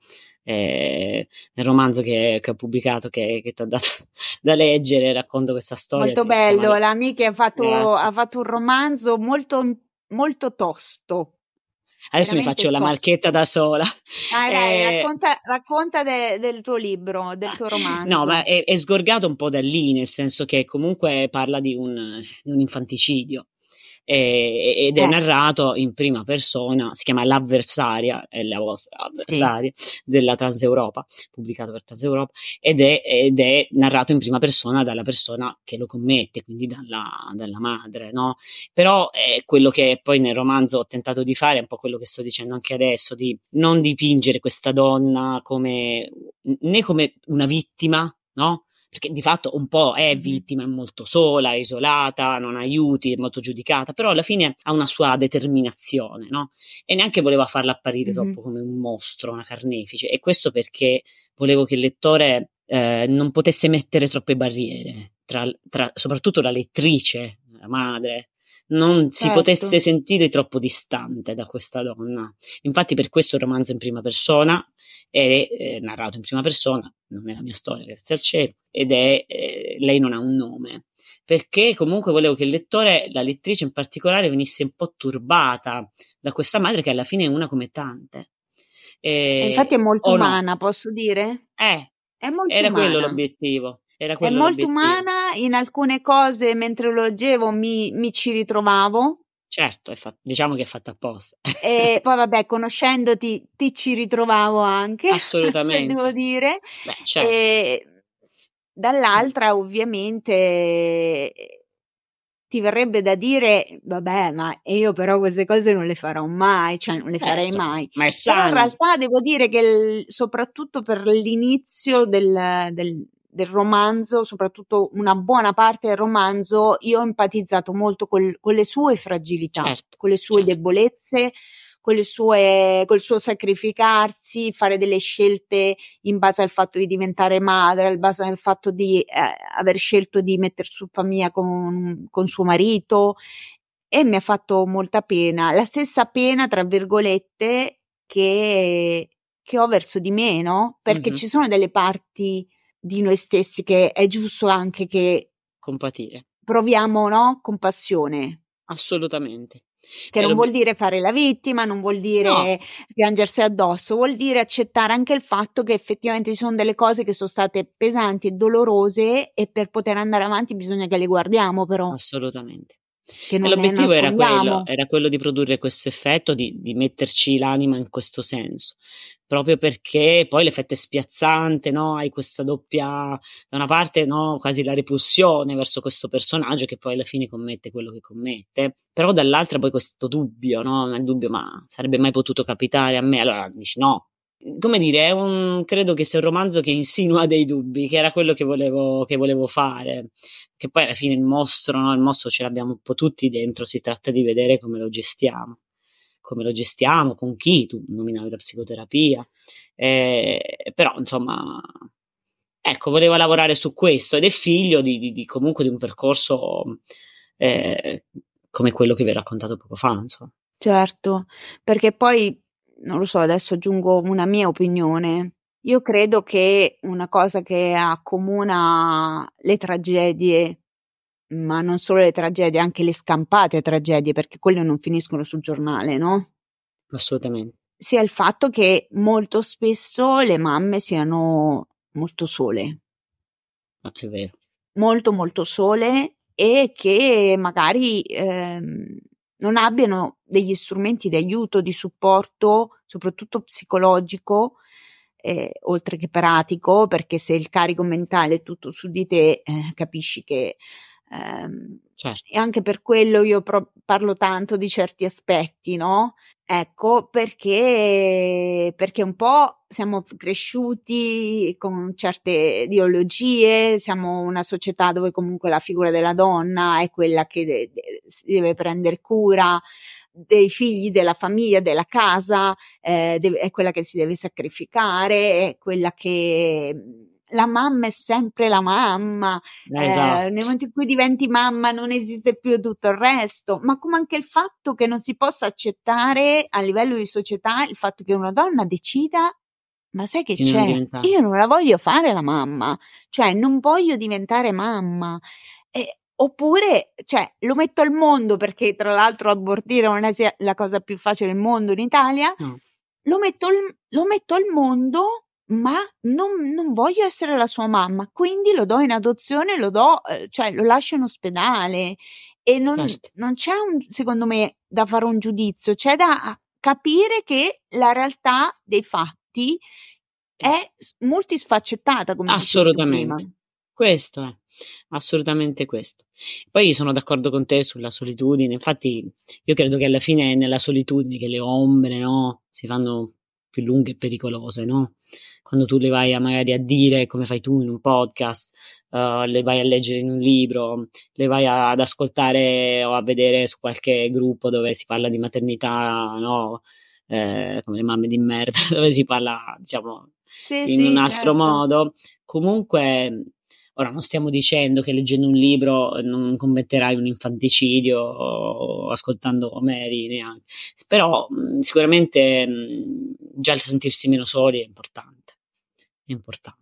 Eh, nel romanzo che, che ho pubblicato, che, che ti ho dato da leggere, racconto questa storia. Molto bello, chiama... l'amica ha fatto, ha fatto un romanzo molto, molto tosto. Adesso mi faccio tosto. La marchetta da sola. Dai, vai, eh... racconta, racconta de, del tuo libro, del tuo romanzo. No, ma è, è sgorgato un po' da lì, nel senso che comunque parla di un, di un infanticidio. Ed è eh. narrato in prima persona, si chiama L'avversaria, è la vostra avversaria, sì, della Transeuropa, pubblicato per Transeuropa, ed è, ed è narrato in prima persona dalla persona che lo commette, quindi dalla, dalla madre, no? Però è quello che poi nel romanzo ho tentato di fare, è un po' quello che sto dicendo anche adesso, di non dipingere questa donna come né come una vittima, no? Perché di fatto un po' è vittima, è molto sola, è isolata, non ha aiuti, è molto giudicata, però alla fine ha una sua determinazione, no? E neanche voleva farla apparire mm-hmm. troppo come un mostro, una carnefice, e questo perché volevo che il lettore eh, non potesse mettere troppe barriere, tra, tra, soprattutto la lettrice, la madre, non si certo. potesse sentire troppo distante da questa donna. Infatti per questo il romanzo in prima persona è eh, narrato in prima persona, non è la mia storia, grazie al cielo, ed è eh, lei non ha un nome, perché comunque volevo che il lettore, la lettrice in particolare, venisse un po' turbata da questa madre che alla fine è una come tante. E, e infatti è molto umana, no? Posso dire? Eh, è molto era umana. quello l'obiettivo. Era è molto l'obiettivo. umana, in alcune cose mentre lo leggevo mi, mi ci ritrovavo. Certo, è fatto, diciamo che è fatta apposta. E poi vabbè, conoscendoti ti ci ritrovavo anche, assolutamente, se devo dire. Beh, certo. E dall'altra ovviamente ti verrebbe da dire, vabbè, ma io però queste cose non le farò mai, cioè non le certo, farei mai. Ma è sano. Però in realtà devo dire che il, soprattutto per l'inizio del, del del romanzo, soprattutto una buona parte del romanzo, io ho empatizzato molto col, con le sue fragilità, certo, con le sue certo. debolezze, con le sue, col suo sacrificarsi, fare delle scelte in base al fatto di diventare madre, in base al fatto di eh, aver scelto di mettere su famiglia con, con suo marito, e mi ha fatto molta pena, la stessa pena tra virgolette che, che ho verso di me, no? Perché mm-hmm. ci sono delle parti di noi stessi che è giusto anche che compatire, proviamo, no? Compassione. Assolutamente. Che non vuol dire fare la vittima, non vuol dire no. piangersi addosso, vuol dire accettare anche il fatto che effettivamente ci sono delle cose che sono state pesanti e dolorose e per poter andare avanti bisogna che le guardiamo però. Assolutamente. Che non e l'obiettivo ne era quello, nascondiamo. era quello di produrre questo effetto, di, di metterci l'anima in questo senso, proprio perché poi l'effetto è spiazzante, no? Hai questa doppia, da una parte, no, quasi la repulsione verso questo personaggio che poi alla fine commette quello che commette, però dall'altra poi questo dubbio, no? Il dubbio, ma sarebbe mai potuto capitare a me? Allora dici no. Come dire, è un, credo che sia un romanzo che insinua dei dubbi, che era quello che volevo, che volevo fare, che poi alla fine il mostro, no? Il mostro ce l'abbiamo un po' tutti dentro, si tratta di vedere come lo gestiamo, come lo gestiamo, con chi, tu nominavi la psicoterapia, eh, però insomma, ecco, volevo lavorare su questo ed è figlio di, di, di comunque di un percorso eh, come quello che vi ho raccontato poco fa, insomma. Certo, perché poi non lo so, adesso aggiungo una mia opinione. Io credo che una cosa che accomuna le tragedie, ma non solo le tragedie, anche le scampate tragedie, perché quelle non finiscono sul giornale, no? Assolutamente. Sia il fatto che molto spesso le mamme siano molto sole. Ma è vero. Molto molto sole e che magari ehm, non abbiano degli strumenti di aiuto, di supporto, soprattutto psicologico, eh, oltre che pratico, perché se il carico mentale è tutto su di te, eh, capisci che ehm, Certo. e anche per quello io pro- parlo tanto di certi aspetti, no? Ecco, perché, perché un po' siamo cresciuti con certe ideologie, siamo una società dove comunque la figura della donna è quella che de- de- si deve prendere cura dei figli, della famiglia, della casa, eh, deve- è quella che si deve sacrificare, è quella che la mamma è sempre la mamma, eh, Esatto. nel momento in cui diventi mamma non esiste più tutto il resto, ma come anche il fatto che non si possa accettare a livello di società il fatto che una donna decida, ma sai che Di non c'è? diventare. Io non la voglio fare la mamma, cioè non voglio diventare mamma. E, oppure, cioè, lo metto al mondo perché tra l'altro abortire non è sia la cosa più facile del mondo in Italia, No. lo metto, al- lo metto al mondo, ma non, non voglio essere la sua mamma, quindi lo do in adozione, lo do, eh, cioè lo lascio in ospedale e non, Certo. non c'è un, secondo me, da fare un giudizio, c'è da capire che la realtà dei fatti è s- multisfaccettata, come dicevi tu prima. Assolutamente. Questo è. Assolutamente questo. Poi sono d'accordo con te sulla solitudine. Infatti, io credo che alla fine è nella solitudine che le ombre, no, si fanno più lunghe e pericolose, no? Quando tu le vai a magari a dire, come fai tu in un podcast, uh, le vai a leggere in un libro, le vai a, ad ascoltare o a vedere su qualche gruppo dove si parla di maternità, no? Eh, come le mamme di merda, dove si parla, diciamo, Sì, in un sì, altro certo. modo. Comunque, ora non stiamo dicendo che leggendo un libro non commetterai un infanticidio o ascoltando Mary neanche, però mh, sicuramente mh, già il sentirsi meno soli è importante, è importante.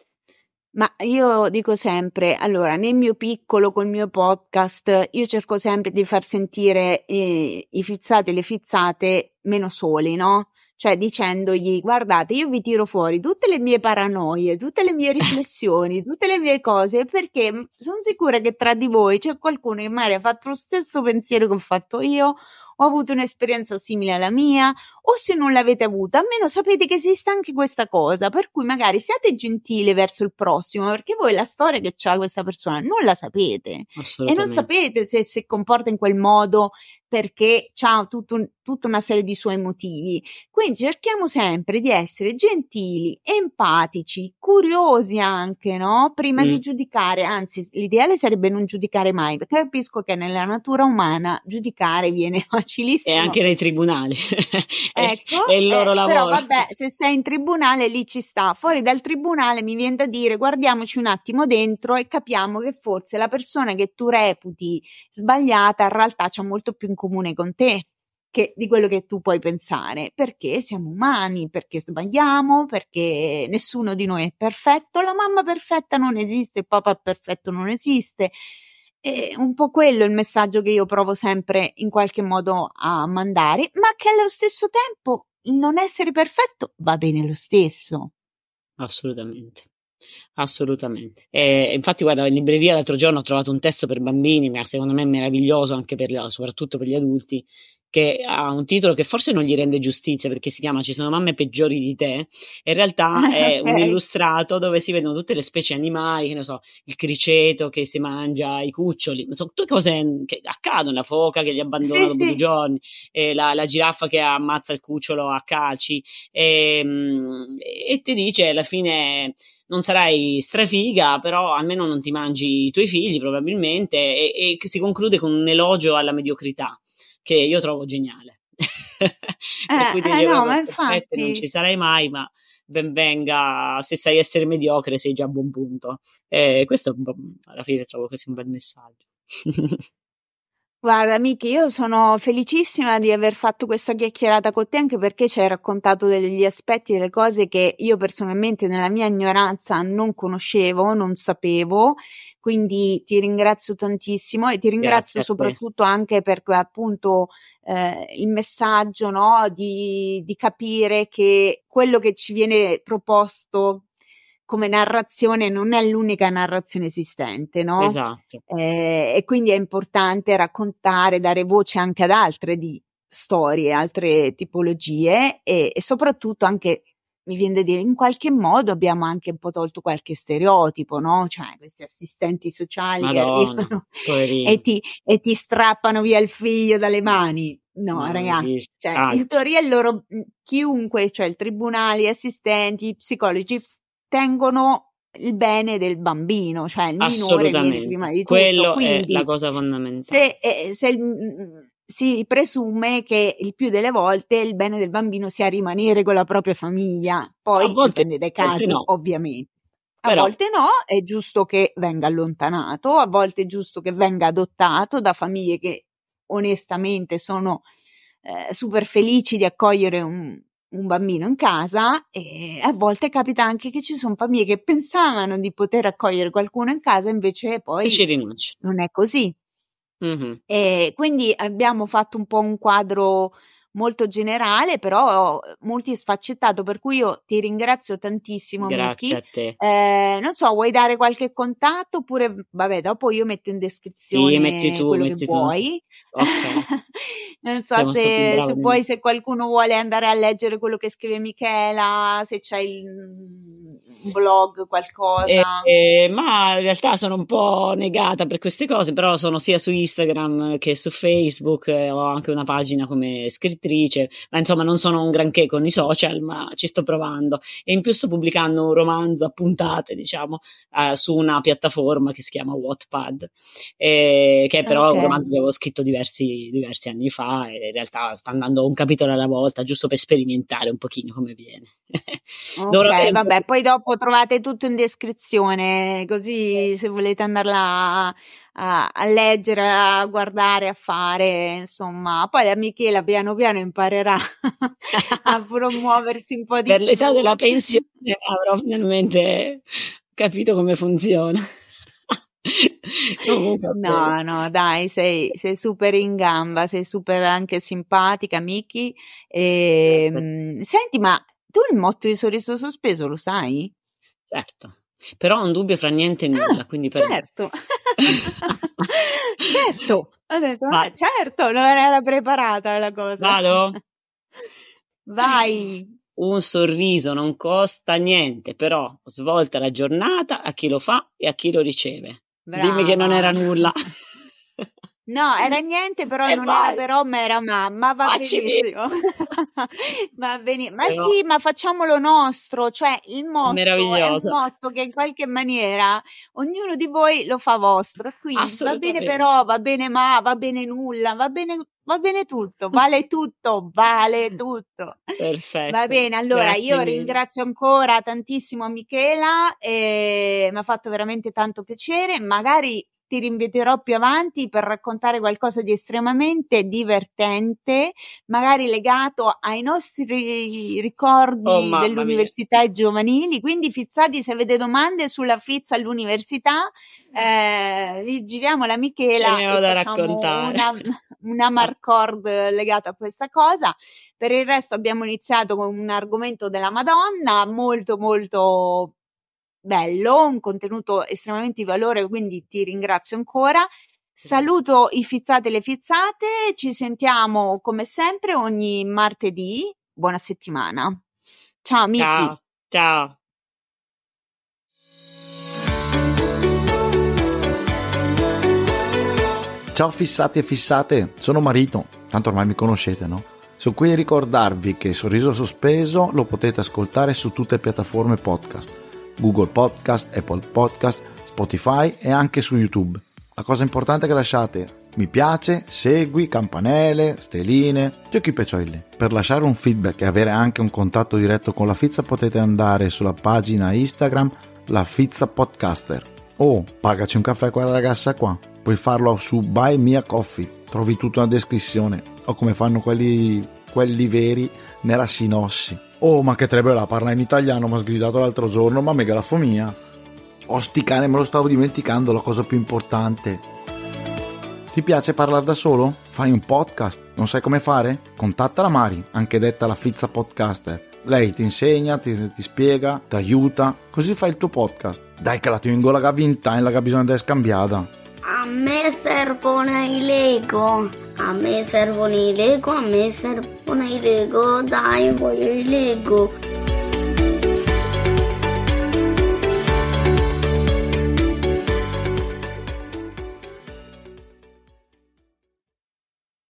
Ma io dico sempre, allora, nel mio piccolo, col mio podcast, io cerco sempre di far sentire eh, i fizzati e le fizzate meno soli, no? Cioè dicendogli, guardate, io vi tiro fuori tutte le mie paranoie, tutte le mie riflessioni, tutte le mie cose, perché sono sicura che tra di voi c'è qualcuno che magari ha fatto lo stesso pensiero che ho fatto io, ho avuto un'esperienza simile alla mia, o se non l'avete avuta, almeno sapete che esiste anche questa cosa, per cui magari siate gentili verso il prossimo, perché voi la storia che c'ha questa persona non la sapete e non Assolutamente. sapete se si comporta in quel modo perché ha tutto, tutta una serie di suoi motivi. Quindi cerchiamo sempre di essere gentili, empatici, curiosi anche, no? Prima di Mm. giudicare, anzi, l'ideale sarebbe non giudicare mai, perché capisco che nella natura umana giudicare viene E facilissimo. anche nei tribunali è, Ecco, è il eh, loro però lavoro. vabbè, se sei in tribunale lì ci sta. Fuori dal tribunale mi viene da dire guardiamoci un attimo dentro e capiamo che forse la persona che tu reputi sbagliata in realtà c'ha molto più in comune con te che di quello che tu puoi pensare, perché siamo umani, perché sbagliamo, perché nessuno di noi è perfetto, la mamma perfetta non esiste, il papà perfetto non esiste. è un po' quello il messaggio che io provo sempre in qualche modo a mandare, ma che allo stesso tempo il non essere perfetto va bene lo stesso. Assolutamente. Assolutamente. E infatti, guarda, in libreria l'altro giorno ho trovato un testo per bambini, ma secondo me è meraviglioso anche per, soprattutto per gli adulti, che ha un titolo che forse non gli rende giustizia, perché si chiama Ci sono mamme peggiori di te, e in realtà è Okay. un illustrato dove si vedono tutte le specie animali, che ne so, il criceto che si mangia i cuccioli, sono tutte cose che accadono, la foca che li abbandona Sì, dopo due sì. giorni, eh, la, la giraffa che ammazza il cucciolo a calci, e, e ti dice alla fine non sarai strafiga, però almeno non ti mangi i tuoi figli probabilmente, e, e che si conclude con un elogio alla mediocrità, che io trovo geniale. Per Eh, cui ti eh dice no, proprio ma perfette non ci infatti sarai mai, ma ben venga, se sai essere mediocre sei già a buon punto. E questo è un po', alla fine trovo che sia un bel messaggio. Guarda, Miki, io sono felicissima di aver fatto questa chiacchierata con te, anche perché ci hai raccontato degli aspetti, delle cose che io personalmente nella mia ignoranza non conoscevo, non sapevo, quindi ti ringrazio tantissimo e ti ringrazio Grazie a te. soprattutto anche per appunto eh, il messaggio, no, di, di capire che quello che ci viene proposto come narrazione non è l'unica narrazione esistente, no? Esatto. Eh, e quindi è importante raccontare, dare voce anche ad altre di storie, altre tipologie e, e soprattutto anche, mi viene da dire, in qualche modo abbiamo anche un po' tolto qualche stereotipo, no? Cioè questi assistenti sociali che Madonna, arrivano e poverino. ti, e ti strappano via il figlio dalle mani. No, Ma non ragazzi, esiste. cioè Ah, in teoria loro, chiunque, cioè i tribunali, assistenti, psicologi, tengono il bene del bambino, cioè il minore viene prima assolutamente. di tutto, Quello è la quindi cosa fondamentale. se, eh, se il- si presume che il più delle volte il bene del bambino sia rimanere con la propria famiglia, A poi volte, dipende dai a volte casi, no, ovviamente. A però volte no, è giusto che venga allontanato, a volte è giusto che venga adottato da famiglie che onestamente sono eh, super felici di accogliere un, un bambino in casa, e a volte capita anche che ci sono famiglie che pensavano di poter accogliere qualcuno in casa, invece e poi ci rinunci. non è così. Mhm. E quindi abbiamo fatto un po' un quadro molto generale, però multisfaccettato, per cui io ti ringrazio tantissimo, Grazie Miki. a te. Eh, non so, vuoi dare qualche contatto oppure, vabbè, dopo io metto in Sì, metti descrizione tu, quello che metti tu. vuoi. Ok, Non so sei molto più se, bravo se di me. poi, se qualcuno vuole andare a leggere quello che scrive Michela, se c'è il, un blog, Eh, qualcosa. eh, ma in realtà sono un po' negata per queste cose, però sono sia su Instagram che su Facebook, eh, ho anche una pagina come scrittrice, ma insomma non sono un granché con i social, ma ci sto provando. E in più sto pubblicando un romanzo a puntate, diciamo, eh, su una piattaforma che si chiama Wattpad, eh, che però è Ok. un romanzo che avevo scritto diversi, diversi anni fa, e in realtà sta andando un capitolo alla volta, giusto per sperimentare un pochino come viene. Dovrò avere Ok, un po' di... vabbè, poi dopo trovate tutto in descrizione, così se volete andarla a, a- a leggere, a guardare, a fare, insomma. Poi la Michela piano piano imparerà a promuoversi un po' di Per l'età più. della pensione avrò finalmente capito come funziona. Comunque, ok. No, no, dai, sei, sei super in gamba, sei super anche simpatica, Miki. Grazie. Ehm, senti, ma tu il motto di Sorriso Sospeso lo sai? Certo, però ho un dubbio fra niente e Ah, nulla, quindi per... certo. Certo, ho detto, Va- ah, certo, non era preparata la cosa. vado? Vai. Un sorriso non costa niente, però svolta la giornata a chi lo fa e a chi lo riceve. Dimmi che non era Brava. nulla. No, era niente, però E non era vai, però, ma era mamma, va facci via. benissimo. Va bene, ma Però sì, ma facciamolo nostro, cioè il è motto è un meraviglioso, motto che in qualche maniera ognuno di voi lo fa vostro, quindi va bene assolutamente. però, va bene ma, va bene nulla, va bene, va bene tutto, vale tutto, vale tutto. Va Perfetto, bene, allora grazie io mille. ringrazio ancora tantissimo Michela, e mi ha fatto veramente tanto piacere, magari ti rinviterò più avanti per raccontare qualcosa di estremamente divertente, magari legato ai nostri ricordi oh, dell'università e giovanili. Quindi Fizzati, se avete domande sulla Fizza all'università, eh, vi giriamo la Michela e da facciamo raccontare. una, una Marcord legata a questa cosa. Per il resto abbiamo iniziato con un argomento della Madonna molto molto bello, un contenuto estremamente di valore, quindi ti ringrazio ancora. Saluto i fizzati e le fizzate, ci sentiamo come sempre ogni martedì. Buona settimana. Ciao Miki. Ciao. Ciao. Ciao fissati e fissate, sono Marito, tanto ormai mi conoscete, no? Sono qui a ricordarvi che Sorriso Sospeso lo potete ascoltare su tutte le piattaforme podcast, Google Podcast, Apple Podcast, Spotify e anche su YouTube. La cosa importante è che lasciate mi piace, segui, campanelle, steline, giochi peccioli. Per lasciare un feedback e avere anche un contatto diretto con la Fizza potete andare sulla pagina Instagram La Fizza Podcaster o pagaci un caffè a quella ragazza qua. Puoi farlo su Buy Me a Coffee, trovi tutto nella descrizione, o come fanno quelli, quelli veri nella sinossi. Oh, ma che trebella, parla in italiano, mi ha sgridato l'altro giorno, ma mega la fomia. Oh, sti cane, me lo stavo dimenticando, la cosa più importante. Ti piace parlare da solo? Fai un podcast? Non sai come fare? Contatta la Mari, anche detta la Fizza Podcaster. Lei ti insegna, ti, ti spiega, ti aiuta, così fai il tuo podcast. Dai che la tengo la vinta e la che bisogna di scambiata. A me servono i Lego, a me servono i Lego, a me servono i Lego, dai voglio i Lego.